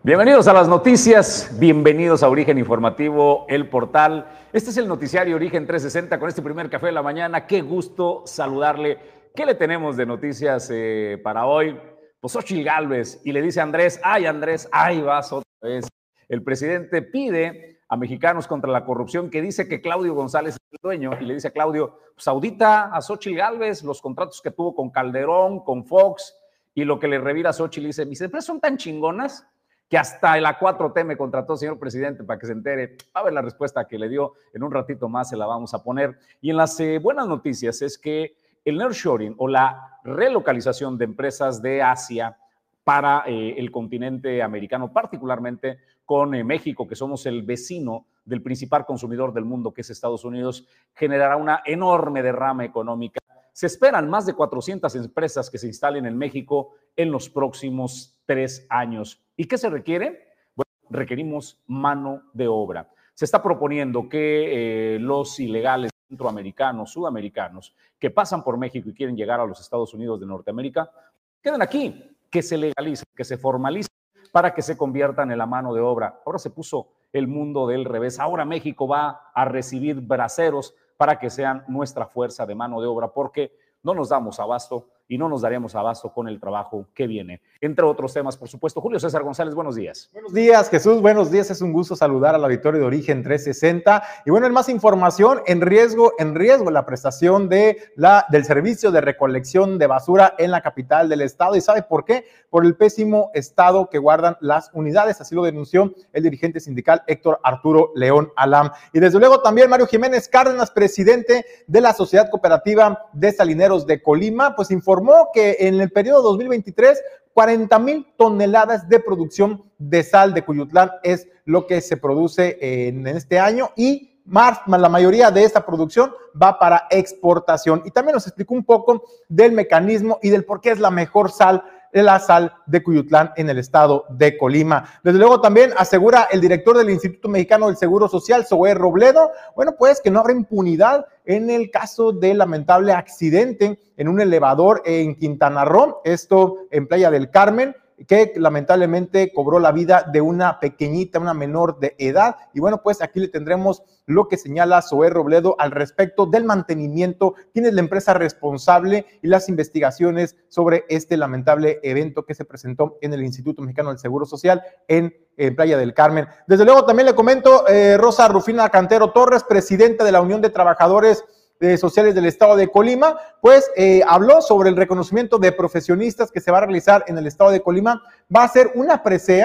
Bienvenidos a las noticias, bienvenidos a Origen Informativo, el portal. Este es el noticiario Origen 360 con este primer café de la mañana. Qué gusto saludarle. ¿Qué le tenemos de noticias para hoy? Pues Xóchitl Gálvez, y le dice a Andrés, ahí vas otra vez. El presidente pide a Mexicanos contra la Corrupción, que dice que Claudio González es el dueño, y le dice a Claudio, pues audita a Xóchitl Gálvez los contratos que tuvo con Calderón, con Fox, y lo que le revira a Xóchitl, dice, mis empresas son tan chingonas que hasta la 4T me contrató, señor presidente, para que se entere. Va a ver la respuesta que le dio, en un ratito más se la vamos a poner. Y en las buenas noticias es que el nearshoring o la relocalización de empresas de Asia para el continente americano, particularmente con México, que somos el vecino del principal consumidor del mundo, que es Estados Unidos, generará una enorme derrama económica. Se esperan más de 400 empresas que se instalen en México en los próximos 3 años. ¿Y qué se requiere? Bueno, requerimos mano de obra. Se está proponiendo que los ilegales centroamericanos, sudamericanos, que pasan por México y quieren llegar a los Estados Unidos de Norteamérica, queden aquí, que se legalicen, que se formalicen para que se conviertan en la mano de obra. Ahora se puso el mundo del revés. Ahora México va a recibir braceros para que sean nuestra fuerza de mano de obra, porque no nos damos abasto y no nos daremos abasto con el trabajo que viene. Entre otros temas, por supuesto. Julio César González, buenos días. Buenos días, Jesús. Buenos días. Es un gusto saludar al auditorio de Origen 360. Y bueno, en más información, en riesgo la prestación del servicio de recolección de basura en la capital del estado. ¿Y sabe por qué? Por el pésimo estado que guardan las unidades. Así lo denunció el dirigente sindical Héctor Arturo León Alam. Y desde luego también Mario Jiménez Cárdenas, presidente de la Sociedad Cooperativa de Salineros de Colima, pues informó que en el periodo 2023 40,000 toneladas de producción de sal de Cuyutlán es lo que se produce en este año, y la mayoría de esta producción va para exportación. Y también nos explicó un poco del mecanismo y del por qué es la mejor sal, la sal de Cuyutlán en el estado de Colima. Desde luego también asegura el director del Instituto Mexicano del Seguro Social, Zoé Robledo, bueno, pues que no habrá impunidad en el caso del lamentable accidente en un elevador en Quintana Roo, esto en Playa del Carmen, que lamentablemente cobró la vida de una pequeñita, una menor de edad. Y bueno, pues aquí le tendremos lo que señala Zoé Robledo al respecto del mantenimiento, quién es la empresa responsable y las investigaciones sobre este lamentable evento que se presentó en el Instituto Mexicano del Seguro Social en Playa del Carmen. Desde luego también le comento, Rosa Rufina Cantero Torres, presidenta de la Unión de Trabajadores Sociales del estado de Colima, pues habló sobre el reconocimiento de profesionistas que se va a realizar en el estado de Colima. Va a ser una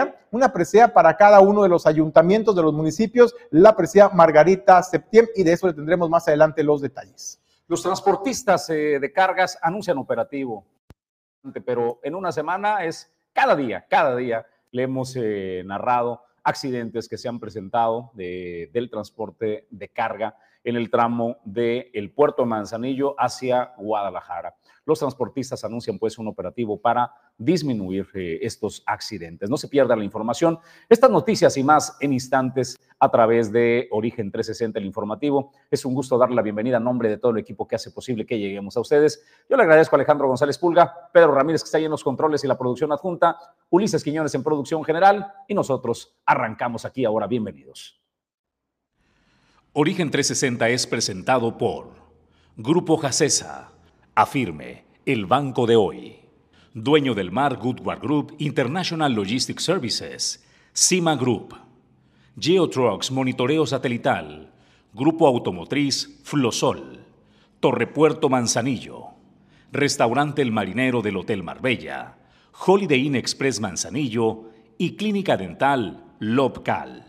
presea para cada uno de los ayuntamientos de los municipios, la presea Margarita Septién, y de eso le tendremos más adelante los detalles. Los transportistas de cargas anuncian operativo, pero en una semana es cada día le hemos narrado accidentes que se han presentado del transporte de carga en el tramo del puerto de Manzanillo hacia Guadalajara. Los transportistas anuncian pues un operativo para disminuir estos accidentes. No se pierda la información. Estas noticias y más en instantes a través de Origen 360, el informativo. Es un gusto darle la bienvenida a nombre de todo el equipo que hace posible que lleguemos a ustedes. Yo le agradezco a Alejandro González Pulga, Pedro Ramírez, que está ahí en los controles y la producción adjunta, Ulises Quiñones en producción general, y nosotros arrancamos aquí ahora. Bienvenidos. Origen 360 es presentado por Grupo Jacesa, Afirme, el banco de hoy, dueño del mar Goodward Group International Logistics Services, Cima Group, Geotrucks Monitoreo Satelital, Grupo Automotriz Flosol, Torrepuerto Manzanillo, Restaurante El Marinero del Hotel Marbella, Holiday Inn Express Manzanillo y Clínica Dental Lobcal.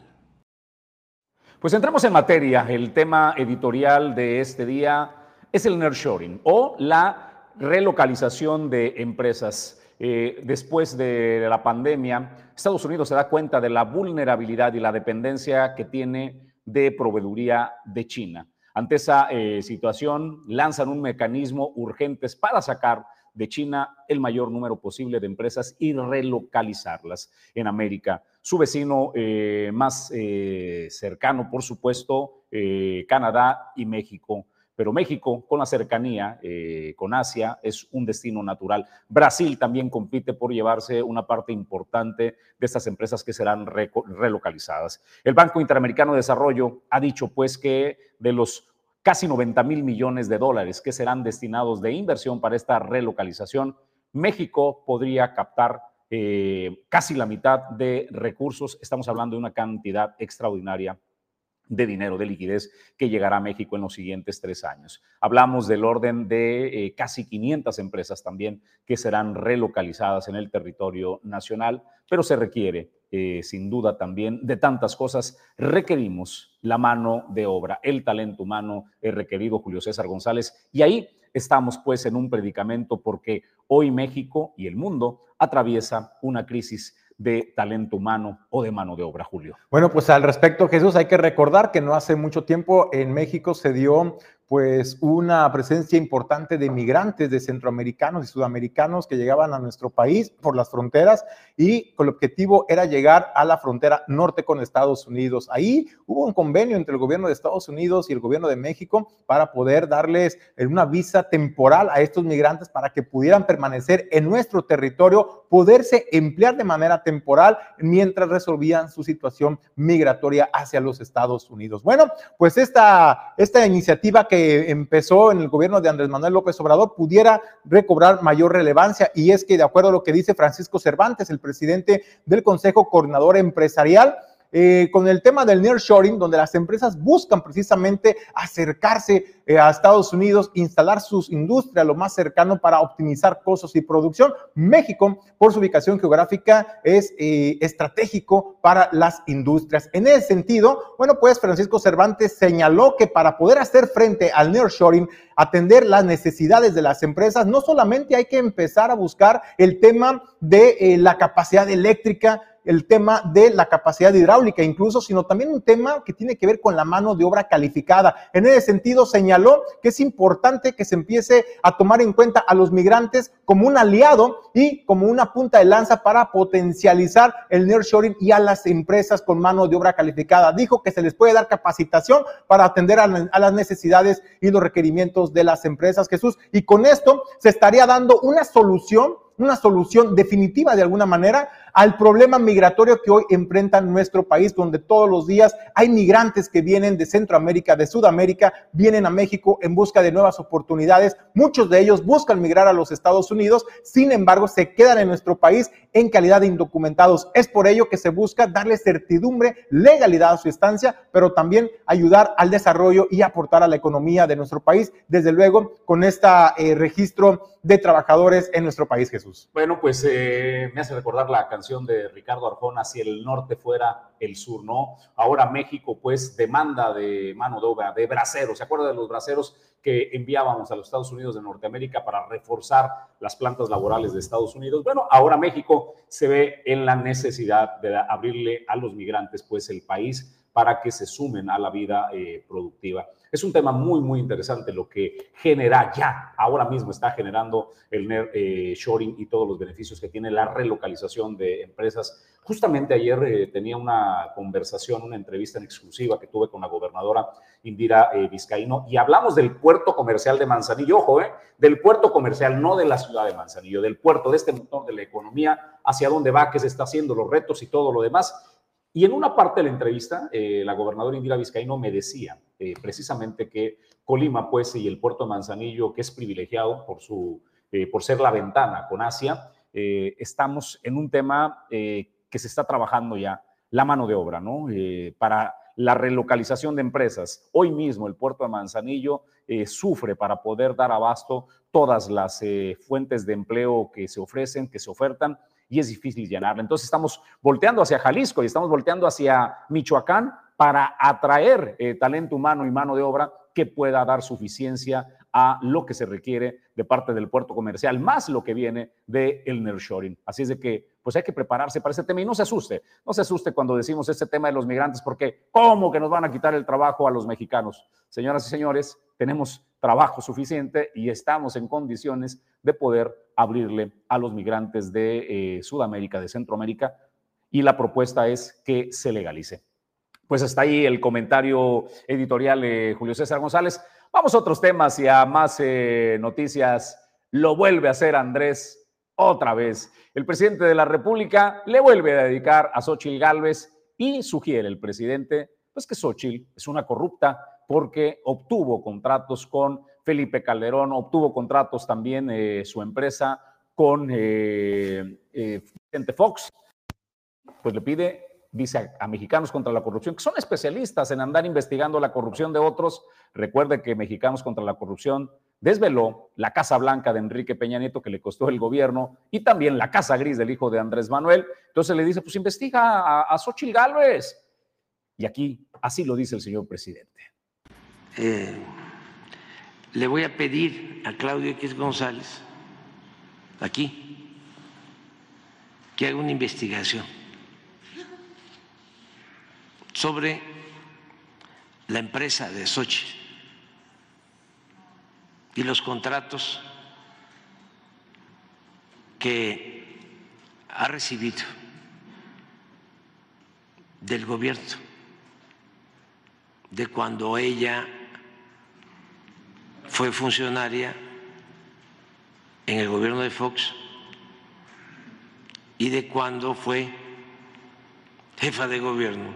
Pues entremos en materia. El tema editorial de este día es el nearshoring o la relocalización de empresas. Después de la pandemia, Estados Unidos se da cuenta de la vulnerabilidad y la dependencia que tiene de proveeduría de China. Ante esa situación, lanzan un mecanismo urgente para sacar de China el mayor número posible de empresas y relocalizarlas en América. Su vecino más cercano, por supuesto, Canadá y México. pero México, con la cercanía con Asia, es un destino natural. Brasil también compite por llevarse una parte importante de estas empresas que serán relocalizadas. El Banco Interamericano de Desarrollo ha dicho pues que de los casi 90,000 millones de dólares que serán destinados de inversión para esta relocalización, México podría captar casi la mitad de recursos. Estamos hablando de una cantidad extraordinaria de dinero, de liquidez que llegará a México en los siguientes 3 años. Hablamos del orden de casi 500 empresas también que serán relocalizadas en el territorio nacional, pero se requiere, sin duda también, de tantas cosas. Requerimos la mano de obra, el talento humano requerido, Julio César González, y ahí estamos pues en un predicamento porque hoy México y el mundo atraviesa una crisis de talento humano o de mano de obra, Julio. Bueno, pues al respecto, Jesús, hay que recordar que no hace mucho tiempo en México se dio pues una presencia importante de migrantes, de centroamericanos y sudamericanos que llegaban a nuestro país por las fronteras y con el objetivo era llegar a la frontera norte con Estados Unidos. Ahí hubo un convenio entre el gobierno de Estados Unidos y el gobierno de México para poder darles una visa temporal a estos migrantes para que pudieran permanecer en nuestro territorio, poderse emplear de manera temporal mientras resolvían su situación migratoria hacia los Estados Unidos. Bueno, pues esta iniciativa que empezó en el gobierno de Andrés Manuel López Obrador pudiera recobrar mayor relevancia, y es que de acuerdo a lo que dice Francisco Cervantes, el presidente del Consejo Coordinador Empresarial, con el tema del nearshoring, donde las empresas buscan precisamente acercarse a Estados Unidos, instalar sus industrias lo más cercano para optimizar costos y producción. México, por su ubicación geográfica, es estratégico para las industrias. En ese sentido, bueno, pues Francisco Cervantes señaló que para poder hacer frente al nearshoring, atender las necesidades de las empresas, no solamente hay que empezar a buscar el tema de la capacidad eléctrica, el tema de la capacidad hidráulica incluso, sino también un tema que tiene que ver con la mano de obra calificada. En ese sentido señaló que es importante que se empiece a tomar en cuenta a los migrantes como un aliado y como una punta de lanza para potencializar el nearshoring y a las empresas con mano de obra calificada. Dijo que se les puede dar capacitación para atender a las necesidades y los requerimientos de las empresas, Jesús, y con esto se estaría dando una solución definitiva de alguna manera al problema migratorio que hoy enfrenta nuestro país, donde todos los días hay migrantes que vienen de Centroamérica, de Sudamérica, vienen a México en busca de nuevas oportunidades. Muchos de ellos buscan migrar a los Estados Unidos, sin embargo, se quedan en nuestro país en calidad de indocumentados. Es por ello que se busca darle certidumbre, legalidad a su estancia, pero también ayudar al desarrollo y aportar a la economía de nuestro país, desde luego con este registro de trabajadores en nuestro país, Jesús. Bueno, pues me hace recordar la canción de Ricardo Arjona, si el norte fuera el sur, ¿no? Ahora México, pues, demanda de mano de obra, de braceros. ¿Se acuerda de los braceros que enviábamos a los Estados Unidos de Norteamérica para reforzar las plantas laborales de Estados Unidos? Bueno, ahora México se ve en la necesidad de abrirle a los migrantes, pues, el país para que se sumen a la vida productiva. Es un tema muy, muy interesante lo que genera ya, ahora mismo está generando el nearshoring y todos los beneficios que tiene la relocalización de empresas. Justamente ayer tenía una conversación, una entrevista en exclusiva que tuve con la gobernadora Indira Vizcaíno, y hablamos del puerto comercial de Manzanillo, ojo, del puerto comercial, no de la ciudad de Manzanillo, del puerto, de este motor de la economía, hacia dónde va, qué se está haciendo, los retos y todo lo demás. Y en una parte de la entrevista, la gobernadora Indira Vizcaíno me decía precisamente que Colima, pues, y el puerto de Manzanillo, que es privilegiado por ser la ventana con Asia, estamos en un tema que se está trabajando ya, la mano de obra, ¿no? Para la relocalización de empresas. Hoy mismo el puerto de Manzanillo sufre para poder dar abasto todas las fuentes de empleo que se ofrecen, que se ofertan, y es difícil llenarla. Entonces estamos volteando hacia Jalisco y estamos volteando hacia Michoacán para atraer talento humano y mano de obra que pueda dar suficiencia a lo que se requiere de parte del puerto comercial, más lo que viene del nearshoring. Así es de que pues hay que prepararse para ese tema y no se asuste cuando decimos este tema de los migrantes, porque ¿cómo que nos van a quitar el trabajo a los mexicanos? Señoras y señores, tenemos trabajo suficiente y estamos en condiciones de poder abrirle a los migrantes de Sudamérica, de Centroamérica, y la propuesta es que se legalice. Pues está ahí el comentario editorial de Julio César González. Vamos a otros temas y a más noticias. Lo vuelve a hacer Andrés otra vez. El presidente de la República le vuelve a dedicar a Xóchitl Gálvez y sugiere el presidente pues que Xóchitl es una corrupta porque obtuvo contratos con Felipe Calderón, obtuvo contratos también su empresa con Vicente Fox. Pues le pide, dice a Mexicanos contra la Corrupción, que son especialistas en andar investigando la corrupción de otros. Recuerde que Mexicanos contra la Corrupción desveló la Casa Blanca de Enrique Peña Nieto que le costó el gobierno y también la Casa Gris del hijo de Andrés Manuel. Entonces le dice, pues investiga a Xóchitl Gálvez. Y aquí así lo dice el señor presidente. Le voy a pedir a Claudio X González, aquí, que haga una investigación sobre la empresa de Xóchitl y los contratos que ha recibido del gobierno de cuando ella fue funcionaria en el gobierno de Fox y de cuando fue jefa de gobierno.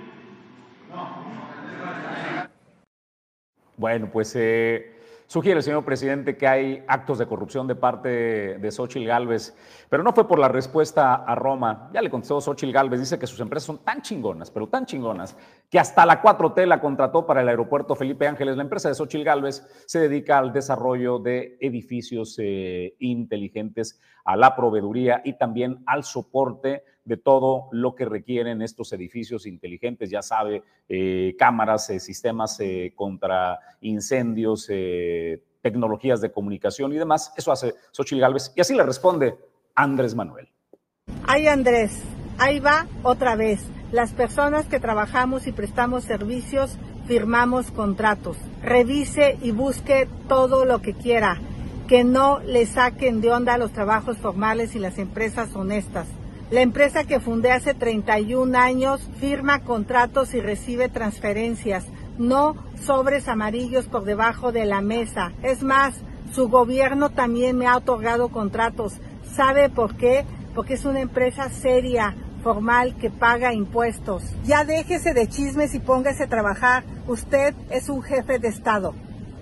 Bueno, pues sugiere el señor presidente que hay actos de corrupción de parte de Xóchitl Gálvez, pero no fue por la respuesta a Roma. Ya le contestó Xóchitl Gálvez, dice que sus empresas son tan chingonas, pero tan chingonas, que hasta la 4T la contrató para el aeropuerto Felipe Ángeles. La empresa de Xóchitl Gálvez se dedica al desarrollo de edificios inteligentes, a la proveeduría y también al soporte de todo lo que requieren estos edificios inteligentes, ya sabe, cámaras, sistemas contra incendios, tecnologías de comunicación y demás. Eso hace Xóchitl Gálvez y así le responde Andrés Manuel. Ay, Andrés, ahí va otra vez. Las personas que trabajamos y prestamos servicios firmamos contratos. Revise y busque todo lo que quiera. Que no le saquen de onda los trabajos formales y las empresas honestas. La empresa que fundé hace 31 años firma contratos y recibe transferencias, no sobres amarillos por debajo de la mesa. Es más, su gobierno también me ha otorgado contratos. ¿Sabe por qué? Porque es una empresa seria, formal, que paga impuestos. Ya déjese de chismes y póngase a trabajar. Usted es un jefe de Estado.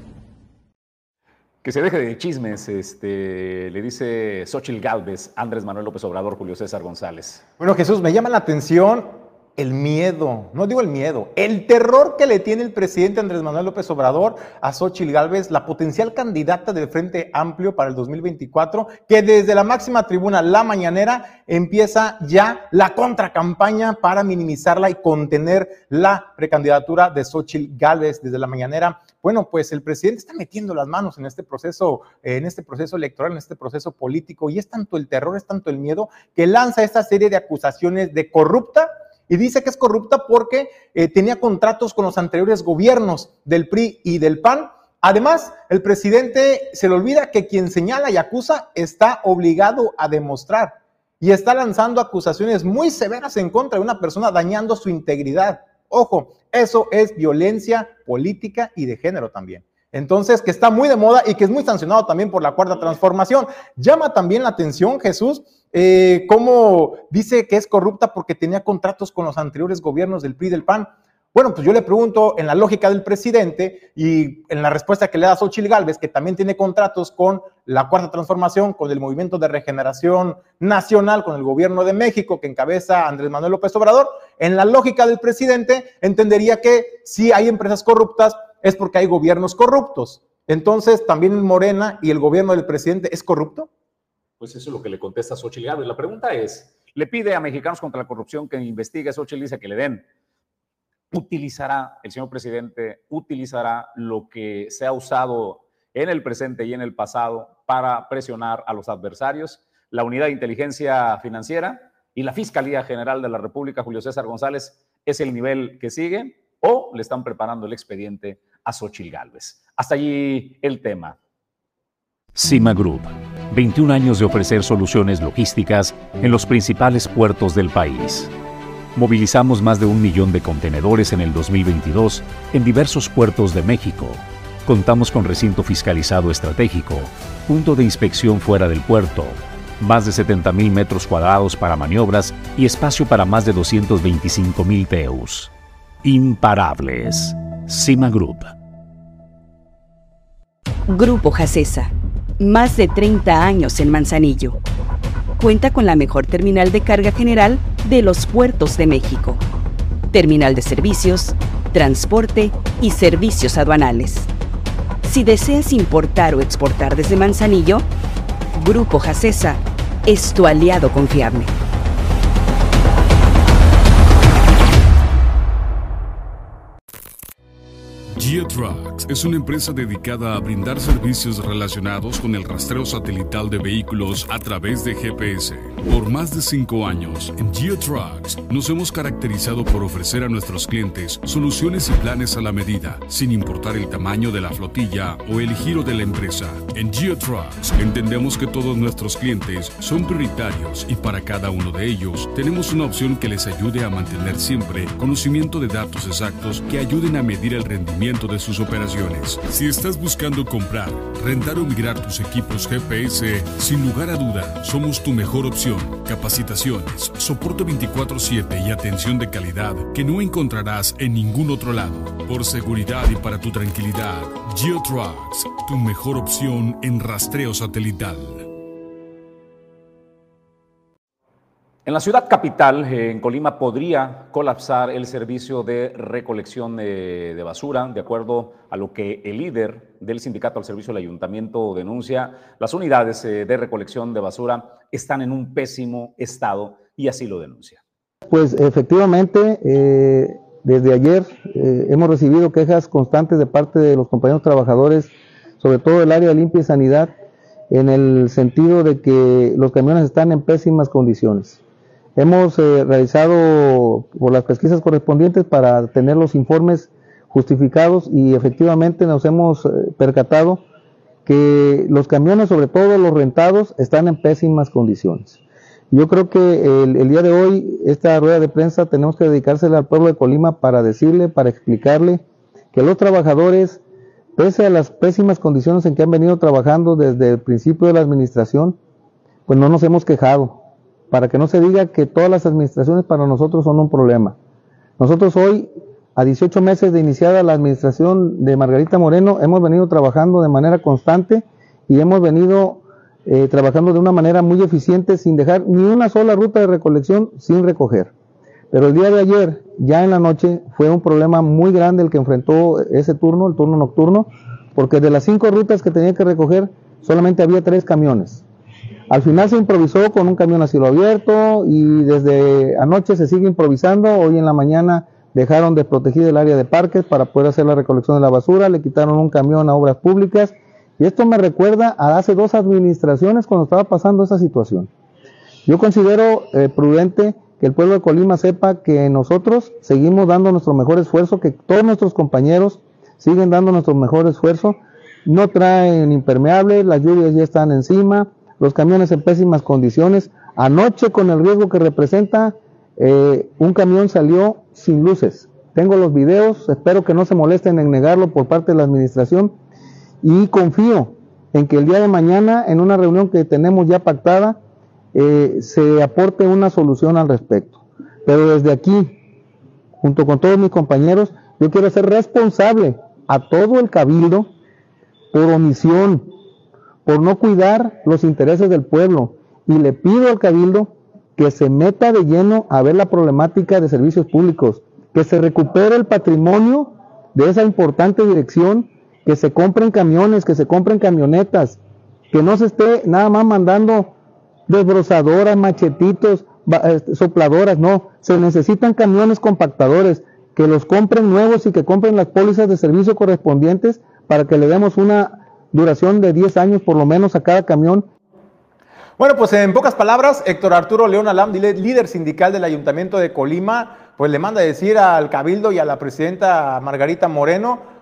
Que se deje de chismes, le dice Xóchitl Gálvez, Andrés Manuel López Obrador, Julio César González. Bueno, Jesús, me llama la atención el miedo, no digo el miedo, el terror que le tiene el presidente Andrés Manuel López Obrador a Xóchitl Gálvez, la potencial candidata del Frente Amplio para el 2024, que desde la máxima tribuna, La Mañanera, empieza ya la contracampaña para minimizarla y contener la precandidatura de Xóchitl Gálvez desde La Mañanera. Bueno, pues el presidente está metiendo las manos en este proceso electoral, en este proceso político, y es tanto el terror, es tanto el miedo, que lanza esta serie de acusaciones de corrupta, y dice que es corrupta porque tenía contratos con los anteriores gobiernos del PRI y del PAN. Además, el presidente se le olvida que quien señala y acusa está obligado a demostrar, y está lanzando acusaciones muy severas en contra de una persona, dañando su integridad. Ojo, eso es violencia política y de género también. Entonces, que está muy de moda y que es muy sancionado también por la Cuarta Transformación. Llama también la atención, Jesús, cómo dice que es corrupta porque tenía contratos con los anteriores gobiernos del PRI y del PAN. Bueno, pues yo le pregunto, en la lógica del presidente y en la respuesta que le da Xóchitl Gálvez, que también tiene contratos con la Cuarta Transformación, con el Movimiento de Regeneración Nacional, con el Gobierno de México, que encabeza Andrés Manuel López Obrador, en la lógica del presidente entendería que si hay empresas corruptas es porque hay gobiernos corruptos. Entonces, ¿también Morena y el gobierno del presidente es corrupto? Pues eso es lo que le contesta Xóchitl Gálvez. La pregunta es, le pide a Mexicanos contra la Corrupción que investigue, Xóchitl dice que le den. El señor presidente utilizará lo que se ha usado en el presente y en el pasado para presionar a los adversarios, la Unidad de Inteligencia Financiera y la Fiscalía General de la República, Julio César González, es el nivel que sigue, o le están preparando el expediente a Xóchitl Gálvez. Hasta allí el tema. Cima Group, 21 años de ofrecer soluciones logísticas en los principales puertos del país. Movilizamos más de 1 millón de contenedores en el 2022 en diversos puertos de México, Contamos con recinto fiscalizado estratégico, punto de inspección fuera del puerto, más de 70,000 metros cuadrados para maniobras y espacio para más de 225,000 TEUs. Imparables. Cima Group. Grupo Jacesa. Más de 30 años en Manzanillo. Cuenta con la mejor terminal de carga general de los puertos de México. Terminal de servicios, transporte y servicios aduanales. Si deseas importar o exportar desde Manzanillo, Grupo Jacesa es tu aliado confiable. GeoTrucks es una empresa dedicada a brindar servicios relacionados con el rastreo satelital de vehículos a través de GPS. Por más de 5 años, en GeoTrucks nos hemos caracterizado por ofrecer a nuestros clientes soluciones y planes a la medida, sin importar el tamaño de la flotilla o el giro de la empresa. En GeoTrucks entendemos que todos nuestros clientes son prioritarios y para cada uno de ellos tenemos una opción que les ayude a mantener siempre conocimiento de datos exactos que ayuden a medir el rendimiento de sus operaciones. Si estás buscando comprar, rentar o migrar tus equipos GPS, sin lugar a duda, somos tu mejor opción. Capacitaciones, soporte 24/7 y atención de calidad que no encontrarás en ningún otro lado. Por seguridad y para tu tranquilidad, GeoTrucks, tu mejor opción en rastreo satelital. En la ciudad capital, en Colima, podría colapsar el servicio de recolección de basura. De acuerdo a lo que el líder del sindicato al servicio del ayuntamiento denuncia, las unidades de recolección de basura están en un pésimo estado y así lo denuncia. Pues efectivamente, desde ayer hemos recibido quejas constantes de parte de los compañeros trabajadores, sobre todo del área de limpia y sanidad, en el sentido de que los camiones están en pésimas condiciones. Hemos realizado por las pesquisas correspondientes para tener los informes justificados y efectivamente nos hemos percatado que los camiones, sobre todo los rentados, están en pésimas condiciones. Yo creo que el día de hoy, esta rueda de prensa, tenemos que dedicársela al pueblo de Colima para decirle, para explicarle que los trabajadores, pese a las pésimas condiciones en que han venido trabajando desde el principio de la administración, pues no nos hemos quejado. Para que no se diga que todas las administraciones para nosotros son un problema. Nosotros hoy, a 18 meses de iniciada la administración de Margarita Moreno, hemos venido trabajando de manera constante y hemos venido trabajando de una manera muy eficiente sin dejar ni una sola ruta de recolección sin recoger. Pero el día de ayer, ya en la noche, fue un problema muy grande el que enfrentó ese turno, el turno nocturno, porque de las 5 rutas que tenía que recoger, solamente había 3 camiones. Al final se improvisó con un camión a cielo abierto y desde anoche se sigue improvisando. Hoy en la mañana dejaron desprotegida el área de parques para poder hacer la recolección de la basura, le quitaron un camión a obras públicas y esto me recuerda a hace 2 administraciones cuando estaba pasando esa situación. Yo considero prudente que el pueblo de Colima sepa que nosotros seguimos dando nuestro mejor esfuerzo, que todos nuestros compañeros siguen dando nuestro mejor esfuerzo, no traen impermeables, las lluvias ya están encima, los camiones en pésimas condiciones. Anoche, con el riesgo que representa, un camión salió sin luces. Tengo los videos, espero que no se molesten en negarlo por parte de la administración y confío en que el día de mañana, en una reunión que tenemos ya pactada, se aporte una solución al respecto. Pero desde aquí, junto con todos mis compañeros, yo quiero ser responsable a todo el cabildo por omisión, por no cuidar los intereses del pueblo, y le pido al cabildo que se meta de lleno a ver la problemática de servicios públicos, que se recupere el patrimonio de esa importante dirección, que se compren camiones, que se compren camionetas, que no se esté nada más mandando desbrozadoras, machetitos, sopladoras, no, se necesitan camiones compactadores, que los compren nuevos y que compren las pólizas de servicio correspondientes para que le demos una duración de 10 años por lo menos a cada camión. Bueno, pues en pocas palabras, Héctor Arturo León Alam, líder sindical del Ayuntamiento de Colima, pues le manda a decir al Cabildo y a la presidenta Margarita Moreno,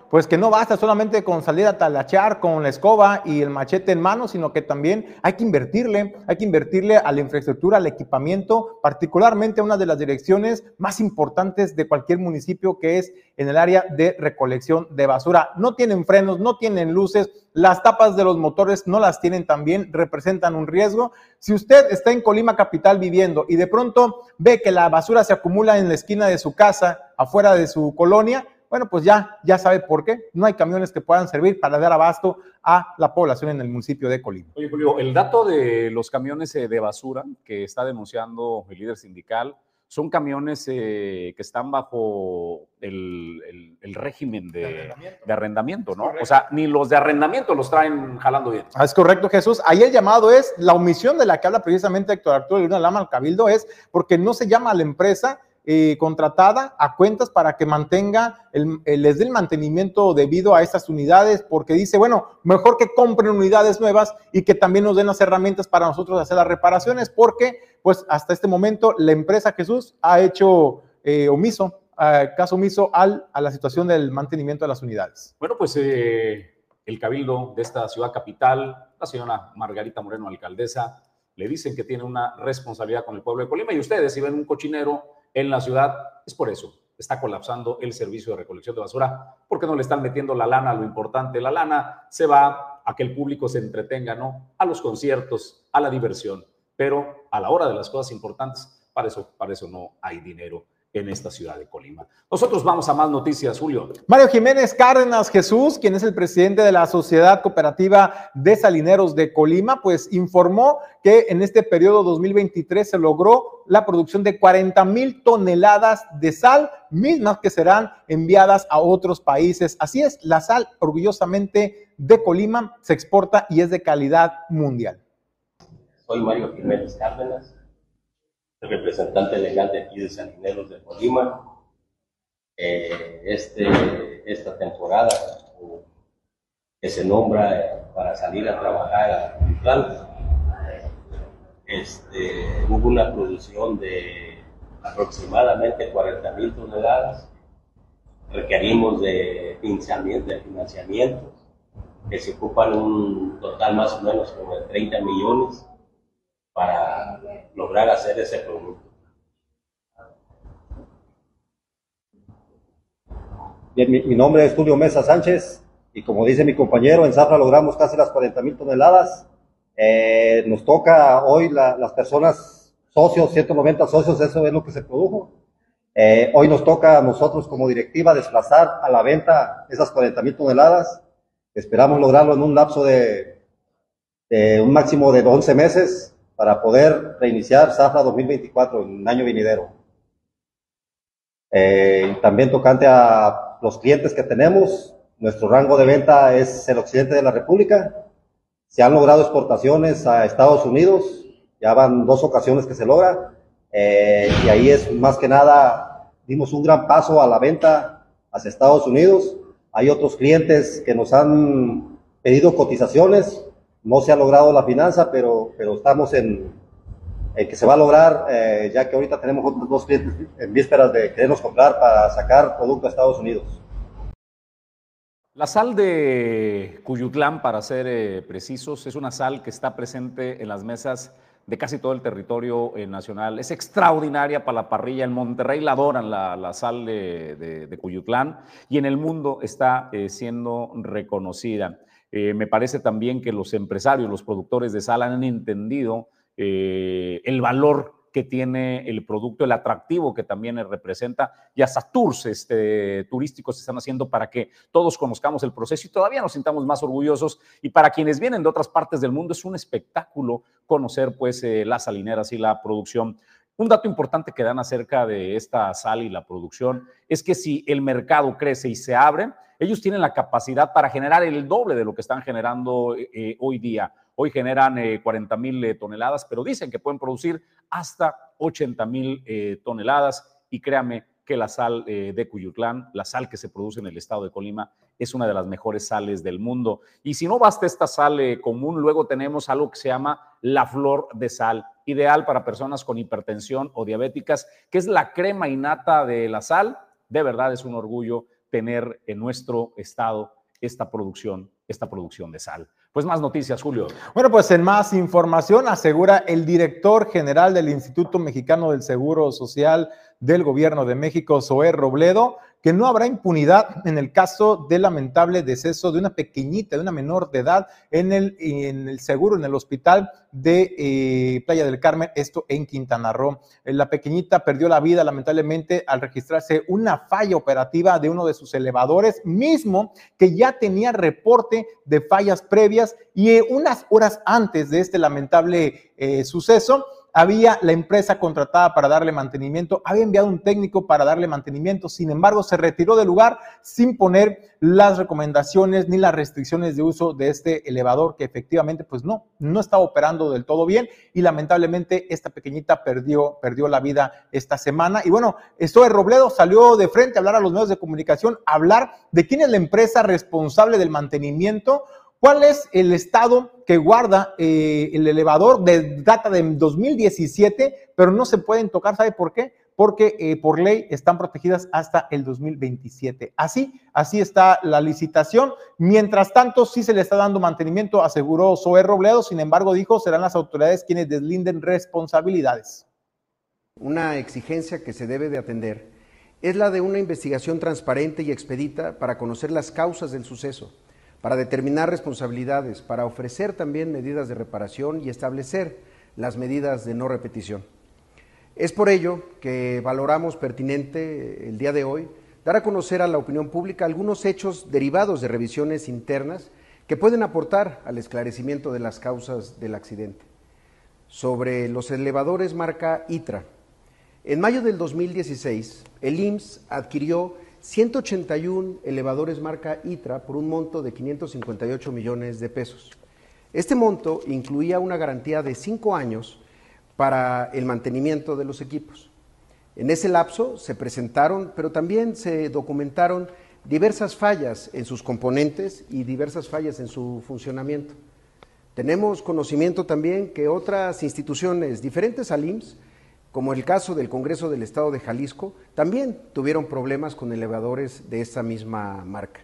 pues que no basta solamente con salir a talachear con la escoba y el machete en mano, sino que también hay que invertirle a la infraestructura, al equipamiento, particularmente a una de las direcciones más importantes de cualquier municipio, que es en el área de recolección de basura. No tienen frenos, no tienen luces, las tapas de los motores no las tienen también, representan un riesgo. Si usted está en Colima capital viviendo y de pronto ve que la basura se acumula en la esquina de su casa, afuera de su colonia, bueno, pues ya sabe por qué. No hay camiones que puedan servir para dar abasto a la población en el municipio de Colima. Oye, Julio, el dato de los camiones de basura que está denunciando el líder sindical son camiones que están bajo el régimen de arrendamiento, ¿no? O sea, ni los de arrendamiento los traen jalando bien. Es correcto, Jesús. Ahí el llamado es, la omisión de la que habla precisamente Héctor Arturo Luna Lama al Cabildo es porque no se llama a la empresa contratada a cuentas para que mantenga, les dé el mantenimiento debido a estas unidades, porque dice, bueno, mejor que compren unidades nuevas y que también nos den las herramientas para nosotros hacer las reparaciones, porque pues hasta este momento la empresa, Jesús, ha hecho caso omiso a la situación del mantenimiento de las unidades. Bueno, pues el Cabildo de esta ciudad capital, la señora Margarita Moreno, alcaldesa, le dicen que tiene una responsabilidad con el pueblo de Colima, y ustedes, si ven un cochinero en la ciudad, es por eso. Está colapsando el servicio de recolección de basura, porque no le están metiendo la lana a lo importante. La lana se va a que el público se entretenga, ¿no? A los conciertos, a la diversión, pero a la hora de las cosas importantes, para eso no hay dinero en esta ciudad de Colima. Nosotros vamos a más noticias, Julio. Mario Jiménez Cárdenas Jesús, quien es el presidente de la Sociedad Cooperativa de Salineros de Colima, pues informó que en este periodo 2023 se logró la producción de 40,000 toneladas de sal, mismas que serán enviadas a otros países. Así es, la sal orgullosamente de Colima se exporta y es de calidad mundial. Soy Mario Jiménez Cárdenas, el representante legal de aquí de Salineros de Colima. Esta temporada que se nombra para salir a trabajar a Culitlán, hubo una producción de aproximadamente 40,000 toneladas. Requerimos de financiamientos que se ocupan un total más o menos como de 30 millones para lograr hacer ese producto. Bien, mi nombre es Julio Mesa Sánchez y como dice mi compañero, en Zafra logramos casi las 40,000 toneladas. Nos toca hoy las personas, socios, 190 socios, eso es lo que se produjo. Hoy nos toca a nosotros como directiva desplazar a la venta esas 40,000 toneladas. Esperamos lograrlo en un lapso de un máximo de 11 meses para poder reiniciar Zafra 2024 en un año venidero. También tocante a los clientes que tenemos, nuestro rango de venta es el occidente de la República. Se han logrado exportaciones a Estados Unidos, ya van 2 ocasiones que se logra, y ahí es más que nada, dimos un gran paso a la venta hacia Estados Unidos. Hay otros clientes que nos han pedido cotizaciones, no se ha logrado la finanza, pero estamos en que se va a lograr, ya que ahorita tenemos otros 2 clientes en vísperas de querernos comprar para sacar producto a Estados Unidos. La sal de Cuyutlán, para ser precisos, es una sal que está presente en las mesas de casi todo el territorio nacional. Es extraordinaria para la parrilla. En Monterrey la adoran la sal de Cuyutlán y en el mundo está siendo reconocida. Me parece también que los empresarios, los productores de sal han entendido el valor que tiene el producto, el atractivo que también representa, y hasta tours turísticos se están haciendo para que todos conozcamos el proceso y todavía nos sintamos más orgullosos. Y para quienes vienen de otras partes del mundo es un espectáculo conocer pues las salineras y la producción. Un dato importante que dan acerca de esta sal y la producción es que si el mercado crece y se abre, ellos tienen la capacidad para generar el doble de lo que están generando hoy día. Hoy generan 40,000 toneladas, pero dicen que pueden producir hasta 80,000 toneladas. Y créame que la sal de Cuyutlán, la sal que se produce en el estado de Colima, es una de las mejores sales del mundo. Y si no basta esta sal común, luego tenemos algo que se llama la flor de sal, ideal para personas con hipertensión o diabéticas, que es la crema innata de la sal. De verdad es un orgullo tener en nuestro estado esta producción de sal. Pues más noticias, Julio. Bueno, pues en más información asegura el director general del Instituto Mexicano del Seguro Social del Gobierno de México, Zoé Robledo, que no habrá impunidad en el caso del lamentable deceso de una pequeñita, de una menor de edad en el seguro, en el hospital de Playa del Carmen, esto en Quintana Roo. La pequeñita perdió la vida lamentablemente al registrarse una falla operativa de uno de sus elevadores, mismo que ya tenía reporte de fallas previas, y unas horas antes de este lamentable suceso, había la empresa contratada para darle mantenimiento, había enviado un técnico para darle mantenimiento, sin embargo se retiró del lugar sin poner las recomendaciones ni las restricciones de uso de este elevador, que efectivamente pues no estaba operando del todo bien, y lamentablemente esta pequeñita perdió la vida esta semana. Y bueno, Zoé Robledo salió de frente a hablar a los medios de comunicación, a hablar de quién es la empresa responsable del mantenimiento, cuál es el estado que guarda el elevador, data de 2017, pero no se pueden tocar. ¿Sabe por qué? Porque por ley están protegidas hasta el 2027. Así está la licitación. Mientras tanto, sí se le está dando mantenimiento, aseguró Zoé Robledo. Sin embargo, dijo, serán las autoridades quienes deslinden responsabilidades. Una exigencia que se debe de atender es la de una investigación transparente y expedita para conocer las causas del suceso, para determinar responsabilidades, para ofrecer también medidas de reparación y establecer las medidas de no repetición. Es por ello que valoramos pertinente el día de hoy dar a conocer a la opinión pública algunos hechos derivados de revisiones internas que pueden aportar al esclarecimiento de las causas del accidente. Sobre los elevadores marca ITRA. En mayo del 2016, el IMSS adquirió 181 elevadores marca ITRA por un monto de 558 millones de pesos. Este monto incluía una garantía de 5 años para el mantenimiento de los equipos. En ese lapso se presentaron, pero también se documentaron diversas fallas en sus componentes y diversas fallas en su funcionamiento. Tenemos conocimiento también que otras instituciones diferentes al IMSS, como el caso del Congreso del Estado de Jalisco, también tuvieron problemas con elevadores de esa misma marca.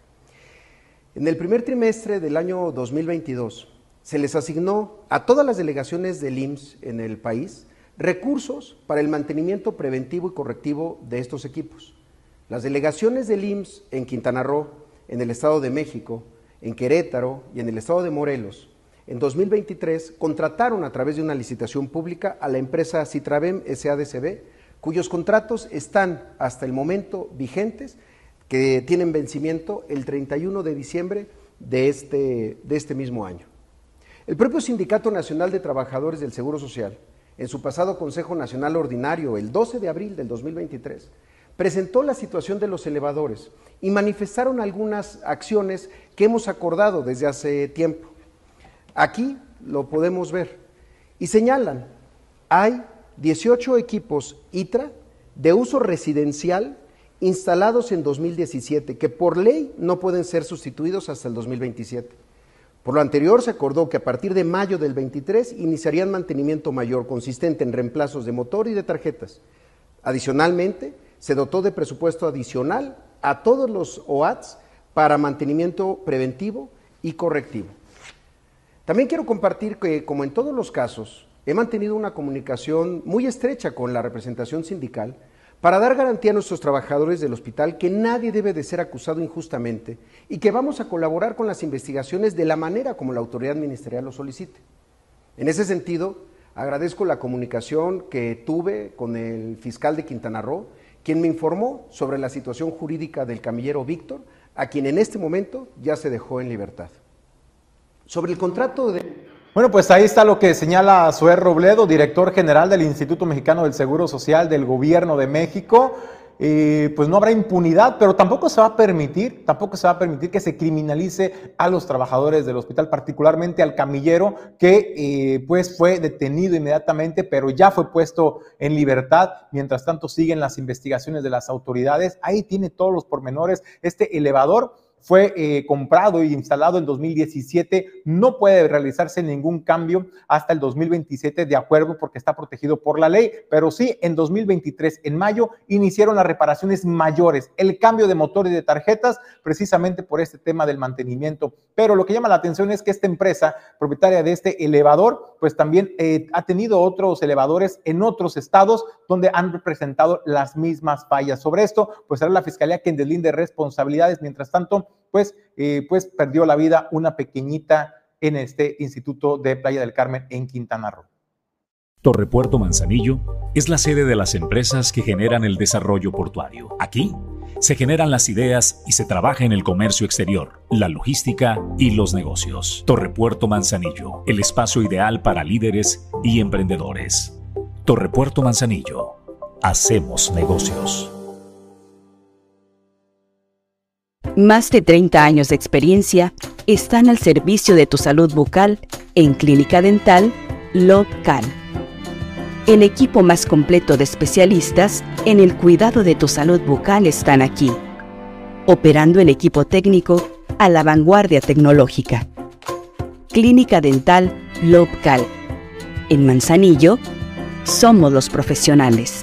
En el primer trimestre del año 2022, se les asignó a todas las delegaciones del IMSS en el país recursos para el mantenimiento preventivo y correctivo de estos equipos. Las delegaciones del IMSS en Quintana Roo, en el Estado de México, en Querétaro y en el Estado de Morelos, en 2023 contrataron a través de una licitación pública a la empresa Citravem SADCB, cuyos contratos están hasta el momento vigentes, que tienen vencimiento el 31 de diciembre de este mismo año. El propio Sindicato Nacional de Trabajadores del Seguro Social, en su pasado Consejo Nacional Ordinario, el 12 de abril del 2023, presentó la situación de los elevadores y manifestaron algunas acciones que hemos acordado desde hace tiempo. Aquí lo podemos ver y señalan, hay 18 equipos ITRA de uso residencial instalados en 2017 que por ley no pueden ser sustituidos hasta el 2027. Por lo anterior se acordó que a partir de mayo del 23 iniciarían mantenimiento mayor consistente en reemplazos de motor y de tarjetas. Adicionalmente, se dotó de presupuesto adicional a todos los OATs para mantenimiento preventivo y correctivo. También quiero compartir que, como en todos los casos, he mantenido una comunicación muy estrecha con la representación sindical para dar garantía a nuestros trabajadores del hospital que nadie debe de ser acusado injustamente y que vamos a colaborar con las investigaciones de la manera como la autoridad ministerial lo solicite. En ese sentido, agradezco la comunicación que tuve con el fiscal de Quintana Roo, quien me informó sobre la situación jurídica del camillero Víctor, a quien en este momento ya se dejó en libertad. Sobre el contrato de... Bueno, pues ahí está lo que señala Zoé Robledo, director general del Instituto Mexicano del Seguro Social del Gobierno de México. Pues no habrá impunidad, pero tampoco se va a permitir que se criminalice a los trabajadores del hospital, particularmente al camillero que pues fue detenido inmediatamente, pero ya fue puesto en libertad. Mientras tanto siguen las investigaciones de las autoridades. Ahí tiene todos los pormenores. Este elevador fue comprado y instalado en 2017, no puede realizarse ningún cambio hasta el 2027 de acuerdo porque está protegido por la ley, pero sí en 2023, en mayo, iniciaron las reparaciones mayores, el cambio de motor y de tarjetas, precisamente por este tema del mantenimiento. Pero lo que llama la atención es que esta empresa propietaria de este elevador, pues también ha tenido otros elevadores en otros estados donde han presentado las mismas fallas. Sobre esto, pues será la Fiscalía quien deslinde responsabilidades. Mientras tanto, pues perdió la vida una pequeñita en este Instituto de Playa del Carmen en Quintana Roo. Torrepuerto Manzanillo es la sede de las empresas que generan el desarrollo portuario. Aquí se generan las ideas y se trabaja en el comercio exterior, la logística y los negocios. Torrepuerto Manzanillo, el espacio ideal para líderes y emprendedores. Torrepuerto Manzanillo, hacemos negocios. Más de 30 años de experiencia están al servicio de tu salud bucal en Clínica Dental Local. El equipo más completo de especialistas en el cuidado de tu salud bucal están aquí, operando el equipo técnico a la vanguardia tecnológica. Clínica Dental Local. En Manzanillo, somos los profesionales.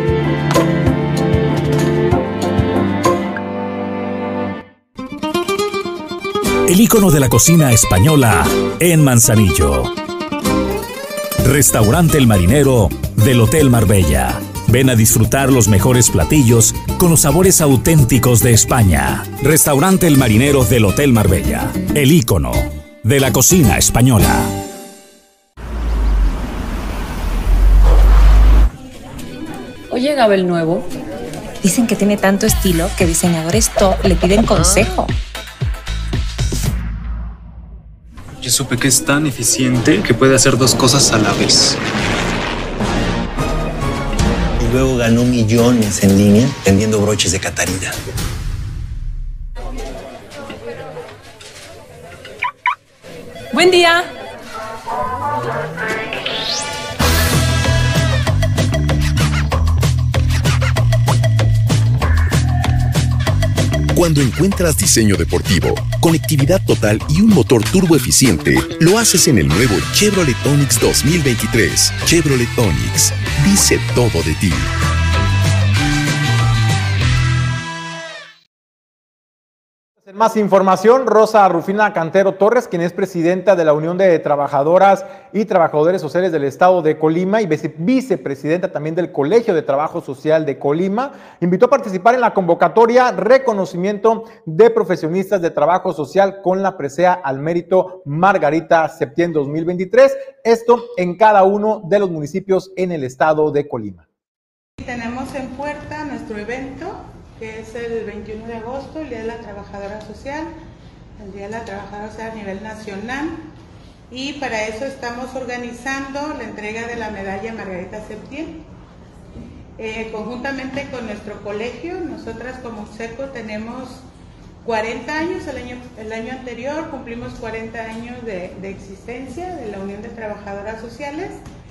El ícono de la cocina española en Manzanillo. Restaurante El Marinero del Hotel Marbella. Ven a disfrutar los mejores platillos con los sabores auténticos de España. Restaurante El Marinero del Hotel Marbella. El ícono de la cocina española. Hoy llegaba el nuevo. Dicen que tiene tanto estilo que diseñadores top le piden consejo. Yo supe que es tan eficiente que puede hacer dos cosas a la vez. Y luego ganó millones en línea vendiendo broches de Catarina. Buen día. Cuando encuentras diseño deportivo, conectividad total y un motor turbo eficiente, lo haces en el nuevo Chevrolet Onix 2023. Chevrolet Onix dice todo de ti. En más información, Rosa Rufina Cantero Torres, quien es presidenta de la Unión de Trabajadoras y Trabajadores Sociales del Estado de Colima y vicepresidenta también del Colegio de Trabajo Social de Colima, invitó a participar en la convocatoria Reconocimiento de Profesionistas de Trabajo Social con la presea al mérito Margarita Septién 2023, esto en cada uno de los municipios en el estado de Colima. Tenemos en puerta nuestro evento, que es el 21 de agosto, el Día de la Trabajadora Social, el Día de la Trabajadora Social a nivel nacional, y para eso estamos organizando la entrega de la medalla Margarita Septién. Conjuntamente con nuestro colegio, nosotras como UNSECO tenemos 40 años, el año anterior cumplimos 40 años de existencia de la Unión de Trabajadoras Sociales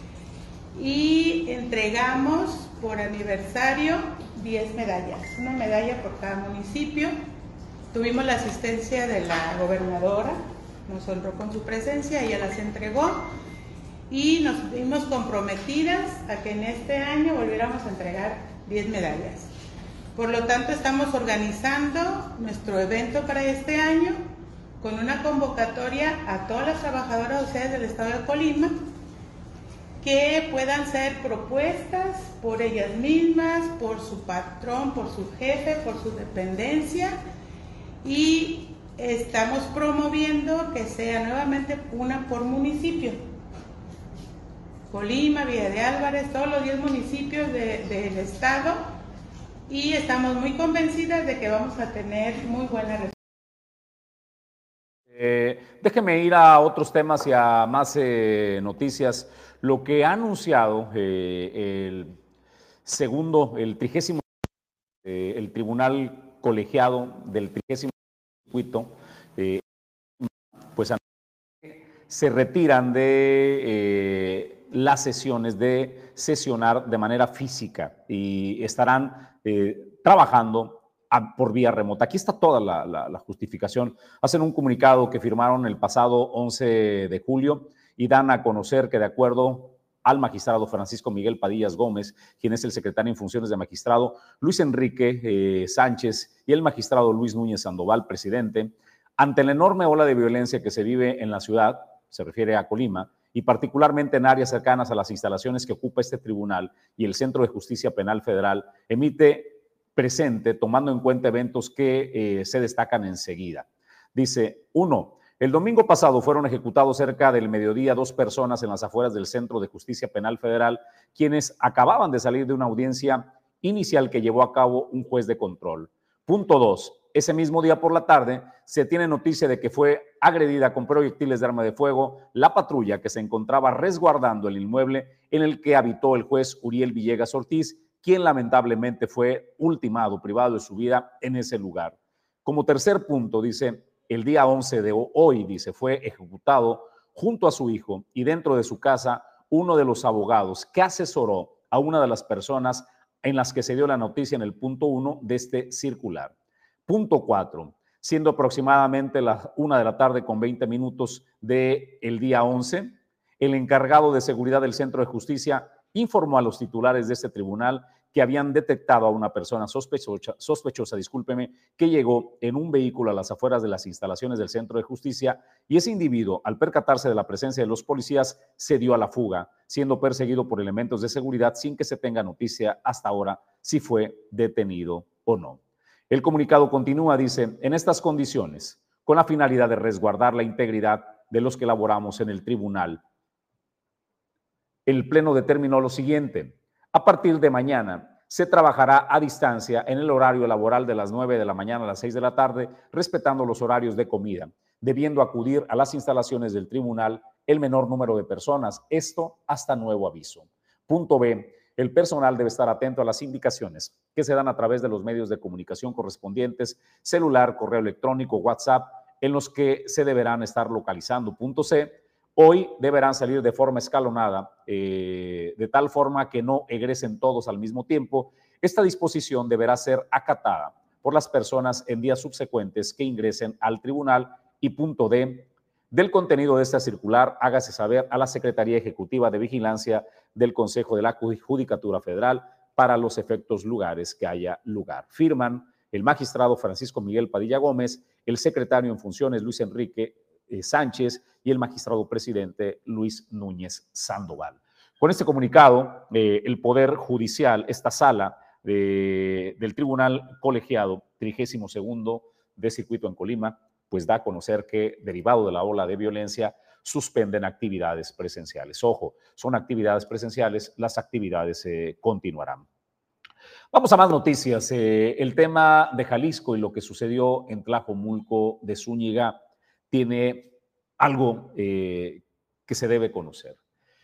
y entregamos por aniversario 10 medallas, una medalla por cada municipio. Tuvimos la asistencia de la gobernadora, nos honró con su presencia, ella las entregó y nos vimos comprometidas a que en este año volviéramos a entregar 10 medallas. Por lo tanto, estamos organizando nuestro evento para este año con una convocatoria a todas las trabajadoras sociales del estado de Colima que puedan ser propuestas por ellas mismas, por su patrón, por su jefe, por su dependencia, y estamos promoviendo que sea nuevamente una por municipio. Colima, Villa de Álvarez, todos los 10 municipios del estado, y estamos muy convencidas de que vamos a tener muy buena respuesta. Déjeme ir a otros temas y a más noticias. Lo que ha anunciado el Tribunal Colegiado del 30º Circuito, pues se retiran de las sesiones de sesionar de manera física y estarán trabajando por vía remota. Aquí está toda la justificación. Hacen un comunicado que firmaron el pasado 11 de julio y dan a conocer que de acuerdo al magistrado Francisco Miguel Padillas Gómez, quien es el secretario en funciones de magistrado, Luis Enrique Sánchez y el magistrado Luis Núñez Sandoval, presidente, ante la enorme ola de violencia que se vive en la ciudad, se refiere a Colima, y particularmente en áreas cercanas a las instalaciones que ocupa este tribunal y el Centro de Justicia Penal Federal, emite presente tomando en cuenta eventos que se destacan enseguida. Dice, 1. El domingo pasado fueron ejecutados cerca del mediodía 2 personas en las afueras del Centro de Justicia Penal Federal, quienes acababan de salir de una audiencia inicial que llevó a cabo un juez de control. Punto 2. Ese mismo día por la tarde se tiene noticia de que fue agredida con proyectiles de arma de fuego la patrulla que se encontraba resguardando el inmueble en el que habitó el juez Uriel Villegas Ortiz, quien lamentablemente fue ultimado, privado de su vida en ese lugar. Como tercer punto, dice, el día 11 de hoy, dice, fue ejecutado junto a su hijo y dentro de su casa uno de los abogados que asesoró a una de las personas en las que se dio la noticia en el punto 1 de este circular. Punto 4, siendo aproximadamente las 1 de la tarde con 20 minutos del día 11, el encargado de seguridad del Centro de Justicia informó a los titulares de este tribunal que habían detectado a una persona sospechosa, que llegó en un vehículo a las afueras de las instalaciones del Centro de Justicia y ese individuo, al percatarse de la presencia de los policías, se dio a la fuga, siendo perseguido por elementos de seguridad sin que se tenga noticia hasta ahora si fue detenido o no. El comunicado continúa, dice, en estas condiciones, con la finalidad de resguardar la integridad de los que laboramos en el tribunal, el Pleno determinó lo siguiente. A partir de mañana se trabajará a distancia en el horario laboral de las 9 de la mañana a las 6 de la tarde, respetando los horarios de comida, debiendo acudir a las instalaciones del tribunal el menor número de personas. Esto hasta nuevo aviso. Punto B. El personal debe estar atento a las indicaciones que se dan a través de los medios de comunicación correspondientes, celular, correo electrónico, WhatsApp, en los que se deberán estar localizando. Punto C. Hoy deberán salir de forma escalonada, de tal forma que no egresen todos al mismo tiempo. Esta disposición deberá ser acatada por las personas en días subsecuentes que ingresen al tribunal. Y punto D, del contenido de esta circular, hágase saber a la Secretaría Ejecutiva de Vigilancia del Consejo de la Judicatura Federal para los efectos lugares que haya lugar. Firman el magistrado Francisco Miguel Padilla Gómez, el secretario en funciones Luis Enrique Sánchez y el magistrado presidente Luis Núñez Sandoval. Con este comunicado, el Poder Judicial, esta sala del Tribunal Colegiado 32º de Circuito en Colima, pues da a conocer que, derivado de la ola de violencia, suspenden actividades presenciales. Ojo, son actividades presenciales, las actividades continuarán. Vamos a más noticias. El tema de Jalisco y lo que sucedió en Tlajomulco de Zúñiga tiene algo que se debe conocer.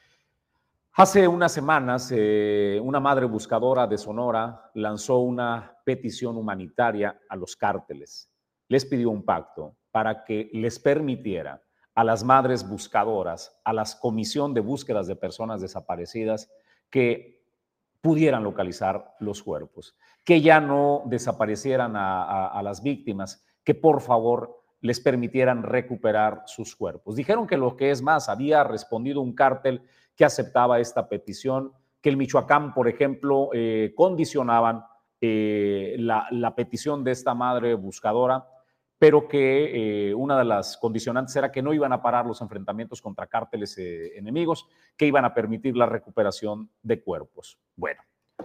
Hace unas semanas, una madre buscadora de Sonora lanzó una petición humanitaria a los cárteles. Les pidió un pacto para que les permitiera a las madres buscadoras, a la Comisión de Búsquedas de Personas Desaparecidas, que pudieran localizar los cuerpos, que ya no desaparecieran a las víctimas, que por favor les permitieran recuperar sus cuerpos. Dijeron que lo que es más, había respondido un cártel que aceptaba esta petición, que el Michoacán, por ejemplo, condicionaban la petición de esta madre buscadora, pero que una de las condicionantes era que no iban a parar los enfrentamientos contra cárteles enemigos, que iban a permitir la recuperación de cuerpos. Bueno,